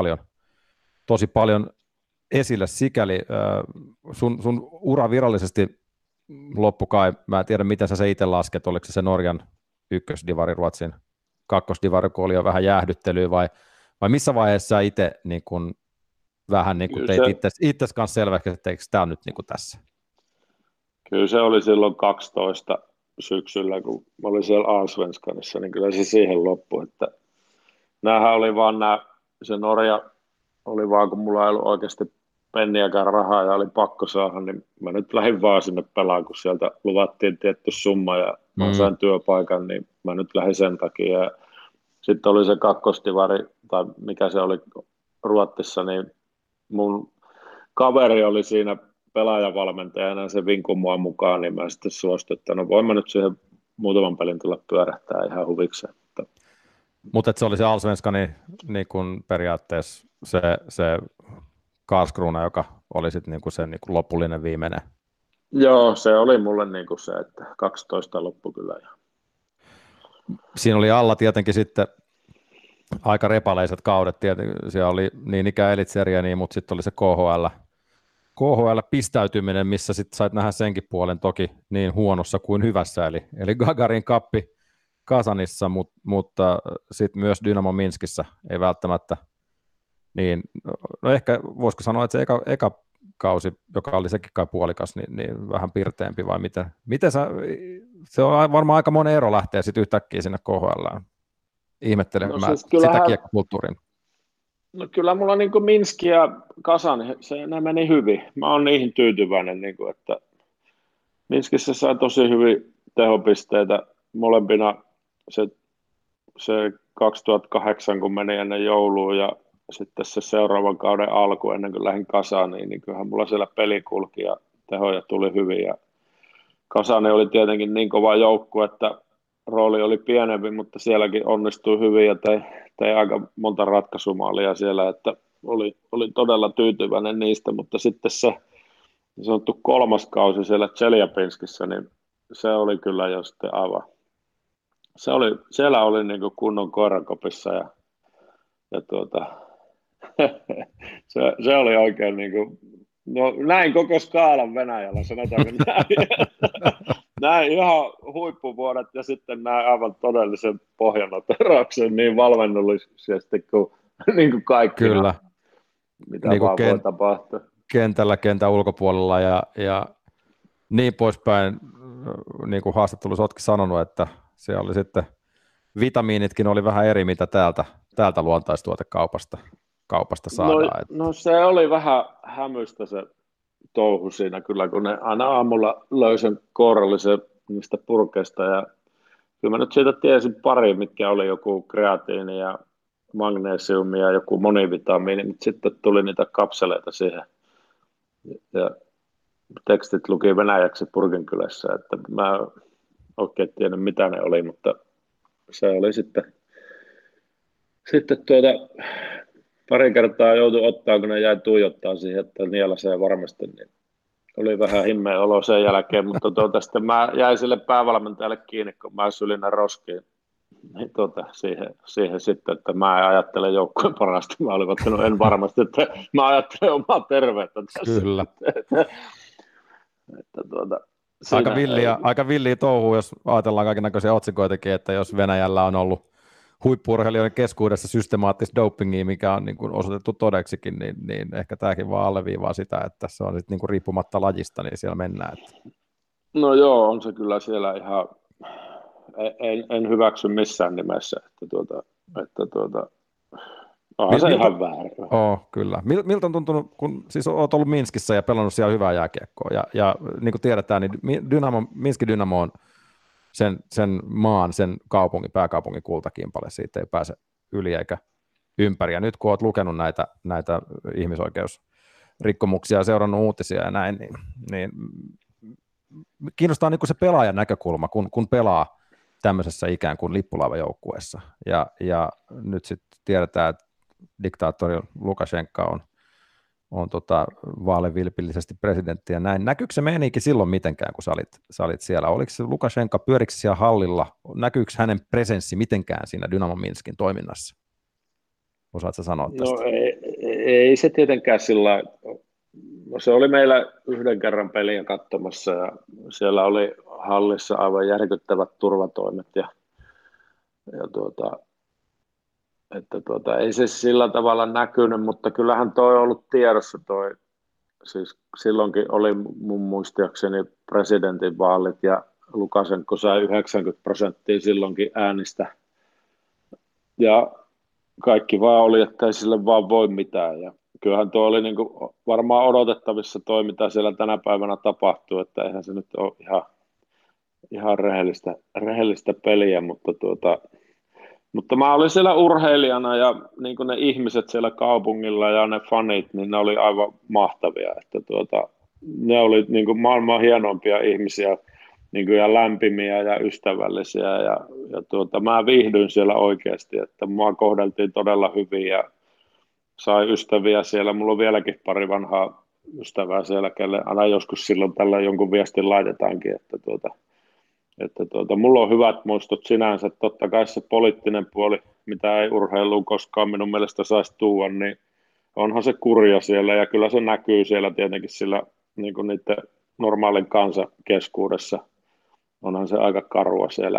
tosi paljon esille sikäli. Sun ura virallisesti loppu kai, mä en tiedä miten sä se itse lasket, oliko se Norjan ykkösdivari, Ruotsin kakkosdivari, kun oli jo vähän jäähdyttelyä, vai missä vaiheessa sä itse niin kun, vähän niin kun teit itses kanssa selväksi, että eikö tämä nyt niin kuin tässä? Kyllä se oli silloin 12 syksyllä, kun mä olin siellä Allsvenskanissa, niin kyllä se siihen loppui, että näähän oli vaan se Norja oli vaan, kun mulla ei ollut oikeasti penniäkään rahaa ja oli pakko saada, niin mä nyt lähdin vaan sinne pelaan, kun sieltä luvattiin tietty summa ja mä sain työpaikan, niin mä nyt lähdin sen takia. Ja sitten oli se kakkosdivari, tai mikä se oli Ruotsissa, niin mun kaveri oli siinä pelaajavalmentajana, se vinkui mua mukaan, niin mä sitten suostuin, että no voin mä nyt siihen muutaman pelin tulla pyörähtää ihan huvikseen. Mutta se oli se Allsvenskani niin kun periaatteessa se Karlskrona, joka oli sitten niin se niin lopullinen viimeinen. Joo, se oli mulle niin kuin se, että 12 loppu kyllä. Siinä oli alla tietenkin sitten aika repaleiset kaudet, siellä oli niin ikään Elitseria, niin, mutta sitten oli se KHL-pistäytyminen, missä sitten sait nähdä senkin puolen toki niin huonossa kuin hyvässä, eli Gagarin kappi Kasanissa, mutta sitten myös Dynamo Minskissä ei välttämättä, niin no ehkä voisiko sanoa, että se eka kausi, joka oli sekin kai puolikas, niin vähän pirteempi vai miten se on varmaan aika monen ero lähteä sitten yhtäkkiä sinne KHL:ään ihmettelemään sitä kiekkokulttuurin. No kyllä mulla niin kuin Minski ja Kasan, ne meni hyvin. Mä oon niihin tyytyväinen, niin kuin, että Minskissä sai tosi hyvin tehopisteitä molempina se 2008, kun meni ennen joulua ja sitten se seuraavan kauden alku ennen kuin lähdin Kasaniin, niin kyllähän mulla siellä peli kulki ja tehoja tuli hyvin. Ja Kasani oli tietenkin niin kova joukkue, että rooli oli pienempi, mutta sielläkin onnistui hyvin ja tei aika monta ratkaisumaalia siellä, että oli todella tyytyväinen niistä, mutta sitten se sanottu kolmas kausi siellä Tseljapinskissä, niin se oli kyllä jo sitten aivan. Siellä oli niin kuin kunnon koirankopissa ja se oli oikein niin kuin, no näin koko skaalan Venäjällä, sanotaanko näin. Näin ihan huippuvuodet ja sitten näin aivan todellisen pohjanoterauksen niin valmennollisesti kuin, niin kuin kaikki, kyllä. mitä niin vaan voi tapahtua. Kentän ulkopuolella ja niin poispäin, niin kuin haastattelussa oletkin sanonut, että siellä oli sitten vitamiinitkin oli vähän eri, mitä täältä luontaistuotekaupasta saadaan. No se oli vähän hämystä se touhu siinä kyllä, kun ne aina aamulla löi sen kourallisen niistä purkeista ja kyllä mä nyt siitä tiesin pari, mitkä oli joku kreatiini ja magnesiumi ja joku monivitamiini, mutta sitten tuli niitä kapseleita siihen ja tekstit luki venäjäksi purkin kylässä, että mä oikein tiedä mitä ne oli, mutta se oli sitten pari kertaa joutui ottaa, kun ne jäi tuijottaa siihen, että nielasee varmasti, niin oli vähän himmeä olo sen jälkeen, mutta sitten mä jäin sille päävalmentajalle kiinni, kun mä sylin ne roskiin niin siihen sitten, että mä en ajattele joukkueen parasta, mä olin ottanut en varmasti, että mä ajattelen omaa terveyttä tässä. Kyllä. Aika villiä touhua, jos ajatellaan kaikennäköisiä otsikoitakin, että jos Venäjällä on ollut huippu-urheilijoiden keskuudessa systemaattista dopingia, mikä on niin kuin osoitettu todeksikin, niin ehkä tämäkin vaan alleviivaa sitä, että se on sitten niin kuin riippumatta lajista, niin siellä mennään. No joo, on se kyllä siellä ihan, en hyväksy missään nimessä, onhan se ihan väärin. Kyllä. Miltä on tuntunut, kun siis olet ollut Minskissä ja pelannut siellä hyvää jääkiekkoa, ja niin kuin tiedetään, niin Minski Dynamo on sen maan, sen pääkaupungin kultakimpale, siitä ei pääse yli eikä ympäri. Ja nyt kun olet lukenut näitä ihmisoikeusrikkomuksia ja seurannut uutisia ja näin, niin kiinnostaa niin kuin se pelaajan näkökulma, kun pelaa tämmöisessä ikään kuin lippulaivajoukkueessa. Ja nyt sitten tiedetään, että diktaattori Lukashenka on vaalevilpillisesti presidentti ja näin. Näkyykö se meininki silloin mitenkään, kun sä olit siellä? Oliko se Lukashenka, pyörikö siellä hallilla? Näkyykö hänen presenssi mitenkään siinä Dynamo Minskin toiminnassa? Osaatko sanoa tästä? No ei se tietenkään sillä. No, se oli meillä yhden kerran peliä katsomassa ja siellä oli hallissa aivan järkyttävät turvatoimet ei se sillä tavalla näkynyt, mutta kyllähän toi on ollut tiedossa siis silloinkin oli mun muistiakseni presidentinvaalit ja Lukashenko sai 90% silloinkin äänistä ja kaikki vaan oli, että ei sille vaan voi mitään ja kyllähän tuo oli niin kuin varmaan odotettavissa toi, mitä siellä tänä päivänä tapahtuu, että eihän se nyt ole ihan rehellistä peliä, mutta mä olin siellä urheilijana ja niin kuin ne ihmiset siellä kaupungilla ja ne fanit, niin ne oli aivan mahtavia, että ne oli niin kuin maailman hienoimpia ihmisiä niin kuin ja lämpimiä ja ystävällisiä ja mä viihdyin siellä oikeasti, että mua kohdeltiin todella hyvin ja sai ystäviä siellä. Mulla on vieläkin pari vanhaa ystävää siellä, kelle aina joskus silloin tällä jonkun viestin laitetaankin, että mulla on hyvät muistot sinänsä. Totta kai se poliittinen puoli, mitä ei urheiluun koskaan minun mielestä saisi tuoda, niin onhan se kurja siellä ja kyllä se näkyy siellä tietenkin sillä niin kuin niiden normaalin kansan keskuudessa. Onhan se aika karua siellä.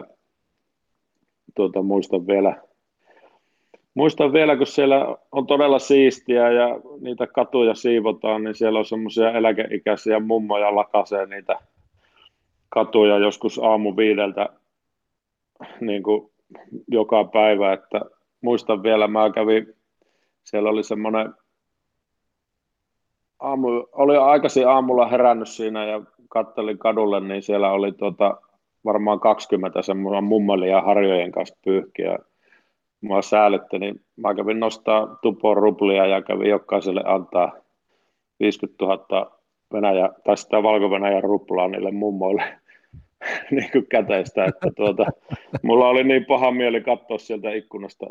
Muistan vielä, kun siellä on todella siistiä ja niitä katuja siivotaan, niin siellä on semmoisia eläkeikäisiä mummoja lakasee niitä katuja joskus aamu 5 niin kuin joka päivä. Että muistan vielä, mä kävin, siellä oli semmoinen, oli aikaisin aamulla herännyt siinä ja kattelin kadulle, niin siellä oli varmaan 20 semmoista mummelia harjojen kanssa pyyhkiä. Mua säälitti, niin mä kävin nostaa tupon ruplia ja kävin jokaiselle antaa 50 000 tai sitä Valko-Venäjän ruplaa niille mummoille niin kuin käteistä, että mulla oli niin paha mieli katsoa sieltä ikkunasta,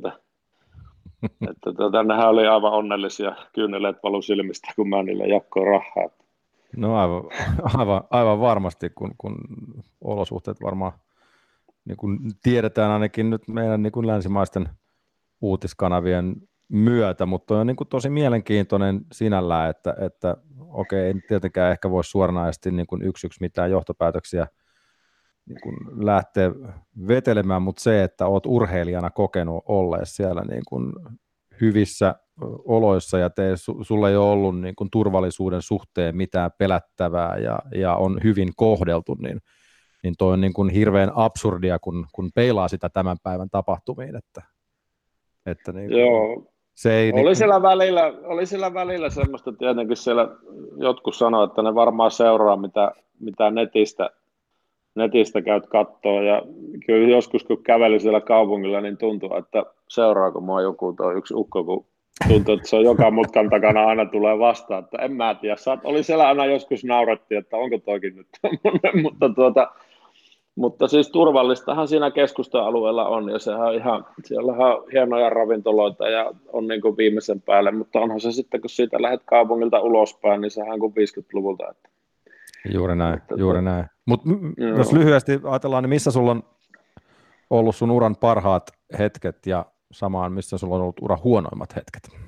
että nehän oli aivan onnellisia, kyyneleet valu silmistä, kun mä niille jakoin rahaa. No aivan varmasti, kun olosuhteet varmaan niin kuin tiedetään ainakin nyt meidän niin kuin länsimaisten uutiskanavien myötä, mutta on niin kuin tosi mielenkiintoinen sinällään, että okei, ei tietenkään ehkä voi suoranaisesti niin kuin yksi mitään johtopäätöksiä niin kuin lähteä vetelemään, mutta se, että olet urheilijana kokenut olleessa siellä niin kuin hyvissä oloissa ja sulla ei ole ollut niin kuin turvallisuuden suhteen mitään pelättävää ja on hyvin kohdeltu, niin toi on niin kuin hirveän absurdia, kun peilaa sitä tämän päivän tapahtumiin. Että niin kuin, joo, se ei oli, niin oli siellä välillä semmoista tietenkin siellä, jotkut sanoivat, että ne varmaan seuraa, mitä netistä käyt kattoo, ja kyllä joskus kun kävelin siellä kaupungilla, niin tuntuu, että seuraako mua joku tuo yksi ukko, kun tuntuu, että se on joka mutkan takana aina tulee vastaan, että en mä tiedä, oli siellä aina joskus naurettiin, että onko toikin nyt tommoinen, mutta siis turvallistahan siinä keskusta-alueella on, ja sehän on siellä on hienoja ravintoloita ja on niin kuin viimeisen päälle, mutta onhan se sitten, kun siitä lähdet kaupungilta ulospäin, niin sehän on kuin 50-luvulta. Että. Juuri näin. Mutta jos lyhyesti ajatellaan, niin missä sulla on ollut sun uran parhaat hetket ja samaan, missä sulla on ollut uran huonoimmat hetket?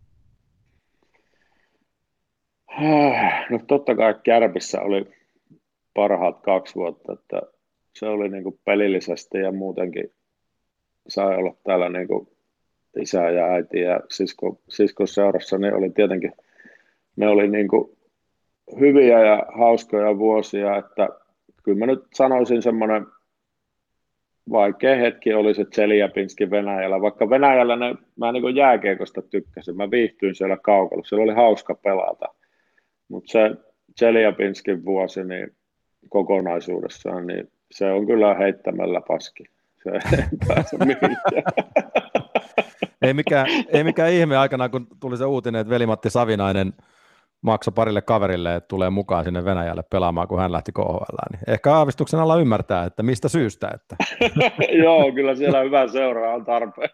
No totta kai Kärpissä oli parhaat 2 vuotta, että se oli niin kuin pelillisesti ja muutenkin sai olla täällä niin kuin isä ja äiti ja sisko seurassa, niin oli tietenkin, ne oli niin kuin hyviä ja hauskoja vuosia, että kyllä mä nyt sanoisin semmoinen vaikea hetki oli se Tseljabinski Venäjällä, vaikka Venäjällä mä niin kuin jääkiekosta tykkäsin, mä viihtyin siellä kaukalla, siellä oli hauska pelata, mutta se Tseljabinskin vuosi niin kokonaisuudessaan, niin se on kyllä heittämällä paski. Se ei pääse mihinkään. Ei mikään ihme aikana, kun tuli se uutinen, että Veli-Matti Savinainen maksoi parille kaverille, että tulee mukaan sinne Venäjälle pelaamaan, kun hän lähti KHL. Niin ehkä aavistuksen alla ymmärtää, että mistä syystä. Että. Joo, kyllä siellä hyvä seuraa on tarpeen.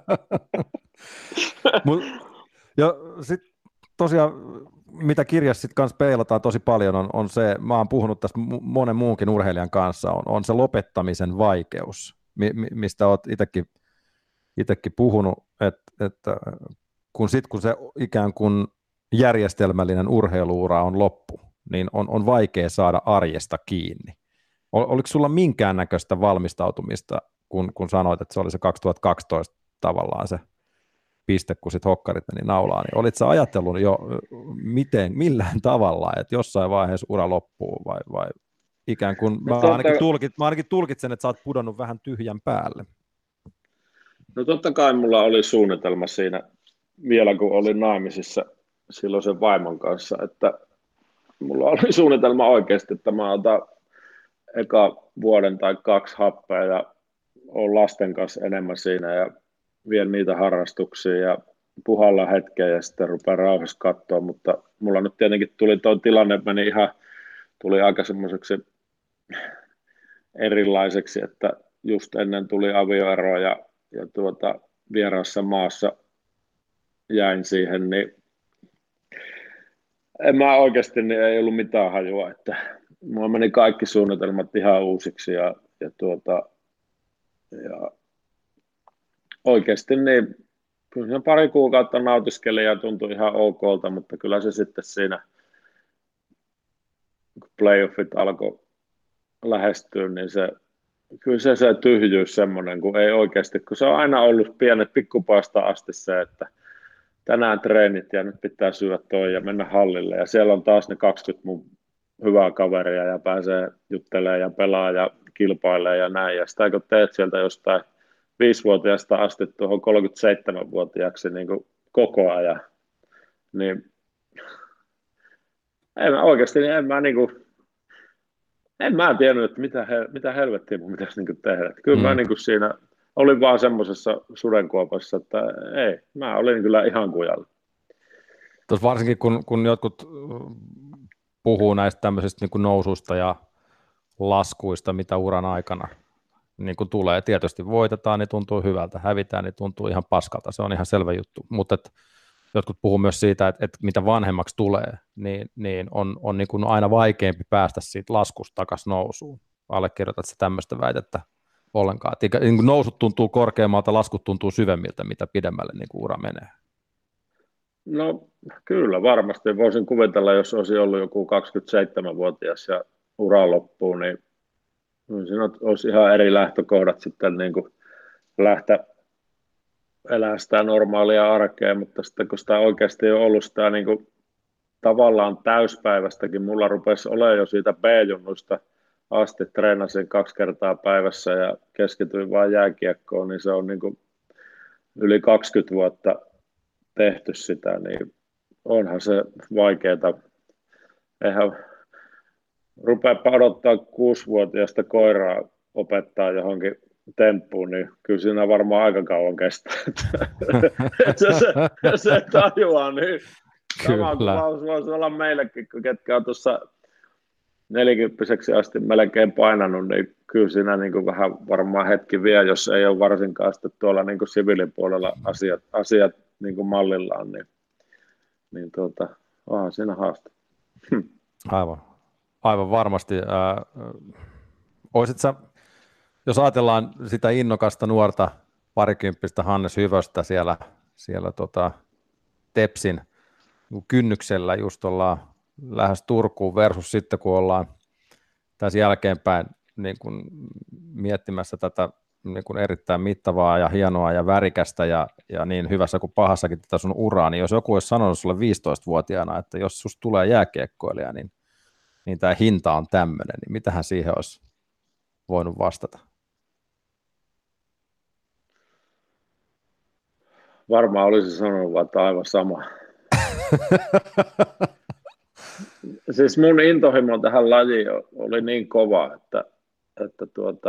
Ja sitten tosiaan, mitä kirjassa sitten kanssa peilataan tosi paljon, on se, mä oon puhunut tästä monen muunkin urheilijan kanssa, on se lopettamisen vaikeus, mistä oot itsekin puhunut, että kun se ikään kuin järjestelmällinen urheiluura on loppu, niin on vaikea saada arjesta kiinni. Oliko sulla minkäännäköistä valmistautumista, kun sanoit, että se oli se 2012 tavallaan se piste, kun sitten hokkarit meni naulaan, niin olit sä ajatellut jo millään tavalla, että jossain vaiheessa ura loppuu vai ikään kuin, mä ainakin tulkitsen, että sä oot pudonnut vähän tyhjän päälle. No totta kai mulla oli suunnitelma siinä vielä, kun olin naimisissa silloin sen vaimon kanssa, että mulla oli suunnitelma oikeasti, että mä otan eka vuoden tai 2 happea ja olen lasten kanssa enemmän siinä ja vien niitä harrastuksia ja puhalla hetkeä ja sitten rupean rauhassa katsoa, mutta mulla nyt tietenkin tuli tuo tilanne, tuli aika semmoiseksi erilaiseksi, että just ennen tuli avioero ja vieraassa maassa jäin siihen, niin en mä oikeasti, niin ei ollut mitään hajua, että mulla meni kaikki suunnitelmat ihan uusiksi ja oikeasti niin kyllä se pari kuukautta nautiskeli ja tuntui ihan okolta, mutta kyllä se sitten siinä, kun playoffit alkoi lähestyä, niin kyllä se tyhjyys semmoinen, kun ei oikeasti, kun se on aina ollut pienet pikkupaasta asti se, että tänään treenit ja nyt pitää syödä toi ja mennä hallille ja siellä on taas ne 20 mun hyvää kaveria ja pääsee juttelemaan ja pelaa ja kilpailee ja näin ja sitä kun teet sieltä jostain 5-vuotiaasta asti tuohon 37-vuotiaaksi niin kuin koko ajan, niin en mä tiennyt, että mitä helvettiä mun pitäisi niin kuin tehdä. Kyllä mä niin kuin siinä olin vaan semmoisessa sudenkuopassa, että ei, mä olin kyllä ihan kujalla. Tuossa varsinkin kun jotkut puhuu näistä tämmöisistä niin kuin noususta ja laskuista, mitä uran aikana niin kun tulee. Tietysti voitetaan, niin tuntuu hyvältä, hävitään, niin tuntuu ihan paskalta, se on ihan selvä juttu. Mutta jotkut puhuu myös siitä, että mitä vanhemmaksi tulee, niin on niin kuin aina vaikeampi päästä siitä laskusta takaisin nousuun. Allekirjoitat sä tämmöistä väitettä ollenkaan? Että niin nousut tuntuu korkeammalta, laskut tuntuu syvemmiltä, mitä pidemmälle niin kuin ura menee. No kyllä, varmasti. Voisin kuvitella, jos olisi ollut joku 27-vuotias ja ura loppuu, niin siinä olisi ihan eri lähtökohdat sitten niin kuin lähteä elää sitä normaalia arkea, mutta sitten kun sitä oikeasti on ollut sitä niin kuin tavallaan täyspäivästäkin, mulla rupesi olemaan jo siitä B-junnusta asti, treenasin 2 kertaa päivässä ja keskityin vain jääkiekkoon, niin se on niin kuin yli 20 vuotta tehty sitä, niin onhan se vaikeaa. Eihän rupeapa odottaa 6-vuotiaasta koiraa opettaa johonkin temppuun, niin kyllä siinä varmaan aika kauan kestää. se tajuaa, niin sama voisi olla meillekin, ketkä on tuossa 40-vuotiaaksi asti melkein painanut, niin kyllä siinä niin kuin vähän varmaan hetki vie, jos ei ole varsinkaan sitten tuolla niin kuin siviilipuolella asiat niin kuin mallillaan, niin onhan siinä haaste. Aivan varmasti. Oisit sä, jos ajatellaan sitä innokasta nuorta parikymppistä Hannes Hyvöstä siellä Tepsin kynnyksellä, just ollaan lähes Turkuun versus sitten kun ollaan tässä jälkeenpäin niin kun miettimässä tätä niin kun erittäin mittavaa ja hienoa ja värikästä ja niin hyvässä kuin pahassakin tätä sun uraa, niin jos joku olisi sanonut sulle 15-vuotiaana, että jos susta tulee jääkiekkoilija, niin tämä hinta on tämmöinen, niin mitähän siihen olisi voinut vastata? Varmaan olisi sanonut, että aivan sama. Siis mun intohimo tähän lajiin oli niin kova, että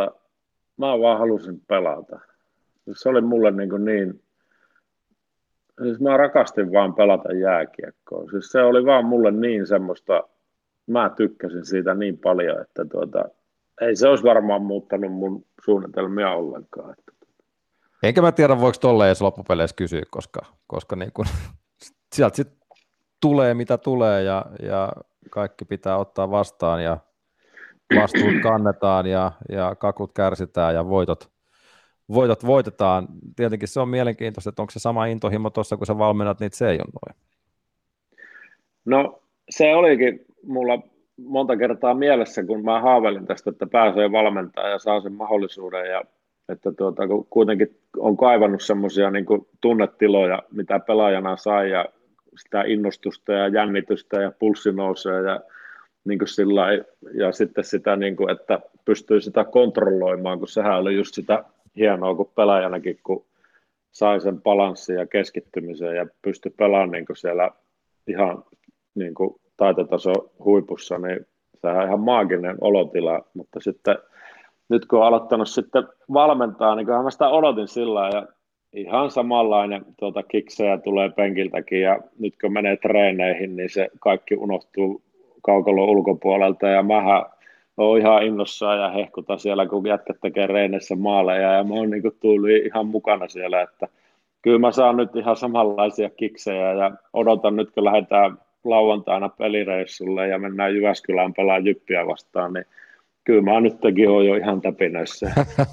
mä vaan halusin pelata. Se oli mulle niin Siis mä rakastin vaan pelata jääkiekkoa. Siis se oli vaan mulle niin semmoista, mä tykkäsin siitä niin paljon, että ei se olisi varmaan muuttanut mun suunnitelmia ollenkaan. Enkä mä tiedä, voiko tolleen edes loppupeleissä kysyä, koska niin kun, sieltä sitten tulee mitä tulee ja kaikki pitää ottaa vastaan ja vastuut kannetaan ja kakut kärsitään ja voitot voitetaan. Tietenkin se on mielenkiintoista, että onko se sama intohimo tuossa, kun sä valmennat niitä C-junnoja. No se olikin mulla monta kertaa mielessä, kun mä haaveilin tästä, että pääsee valmentamaan ja saa sen mahdollisuuden ja että kun kuitenkin on kaivannut semmoisia niin tunnetiloja, mitä pelaajana sai ja sitä innostusta ja jännitystä ja pulssi nousee ja, niin kuin ja sitten sitä, niin kuin, että pystyy sitä kontrolloimaan, kun sehän oli just sitä hienoa kuin pelaajanakin, kun sai sen balanssin ja keskittymisen ja pystyi pelaamaan niin kuin siellä ihan niin kuin taitotaso huipussa, niin sehän on ihan maaginen olotila, mutta sitten nyt kun on aloittanut sitten valmentaa, niin kyllähän mä sitä odotin sillä ja ihan samanlainen kiksejä tulee penkiltäkin ja nyt kun menee treeneihin, niin se kaikki unohtuu kaukalon ulkopuolelta ja mähän olen ihan innossaan ja hehkutan siellä, kun jätkät tekee reeneissä maaleja ja mä oon niin tullut ihan mukana siellä, että kyllä mä saan nyt ihan samanlaisia kiksejä ja odotan nyt, kun lähdetään lauantaina pelireissulle ja mennään Jyväskylään pelaamaan Jyppiä vastaan, niin kyllä mä nytkin oon jo ihan täpinöissä.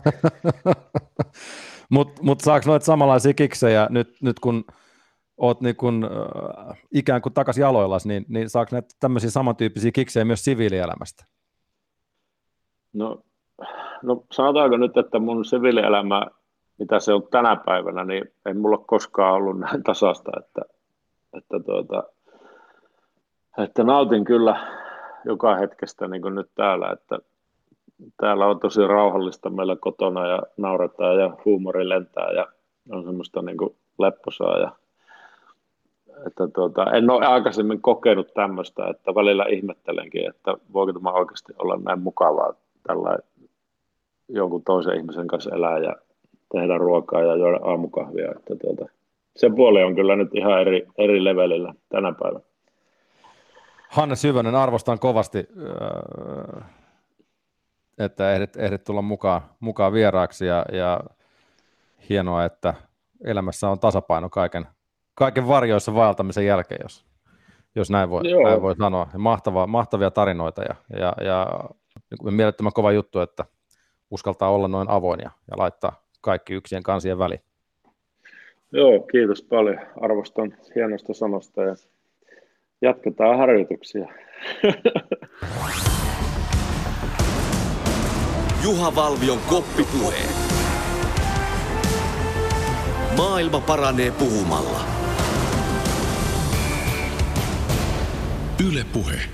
Mutta saako noita samanlaisia kiksejä nyt kun oot niin kun, ikään kuin takaisin jaloillas, niin saako näitä tämmöisiä samantyyppisiä kiksejä myös siviilielämästä? No sanotaanko nyt, että mun siviilielämä, mitä se on tänä päivänä, niin ei mulla koskaan ollut näin tasasta, että nautin kyllä joka hetkestä niin kuin nyt täällä, että täällä on tosi rauhallista meillä kotona ja nauretaan ja huumori lentää ja on semmoista niin kuin lepposaa ja että en ole aikaisemmin kokenut tämmöistä, että välillä ihmettelenkin, että voiko tämä oikeasti olla näin mukavaa tällä jonkun toisen ihmisen kanssa elää ja tehdä ruokaa ja juoda aamukahvia, että se puoli on kyllä nyt ihan eri levelillä tänä päivänä. Hannes Hyvönen, arvostan kovasti, että ehdit tulla mukaan vieraaksi ja hienoa, että elämässä on tasapaino kaiken varjoissa vaeltamisen jälkeen, jos näin voi sanoa. Mahtavia tarinoita ja mielettömän kova juttu, että uskaltaa olla noin avoin ja laittaa kaikki yksien kansien väliin. Joo, kiitos paljon. Arvostan hienosta sanosta ja jatketaan harjoituksia. Juha Valvion koppipuhe. Maailma paranee puhumalla. Yle Puhe.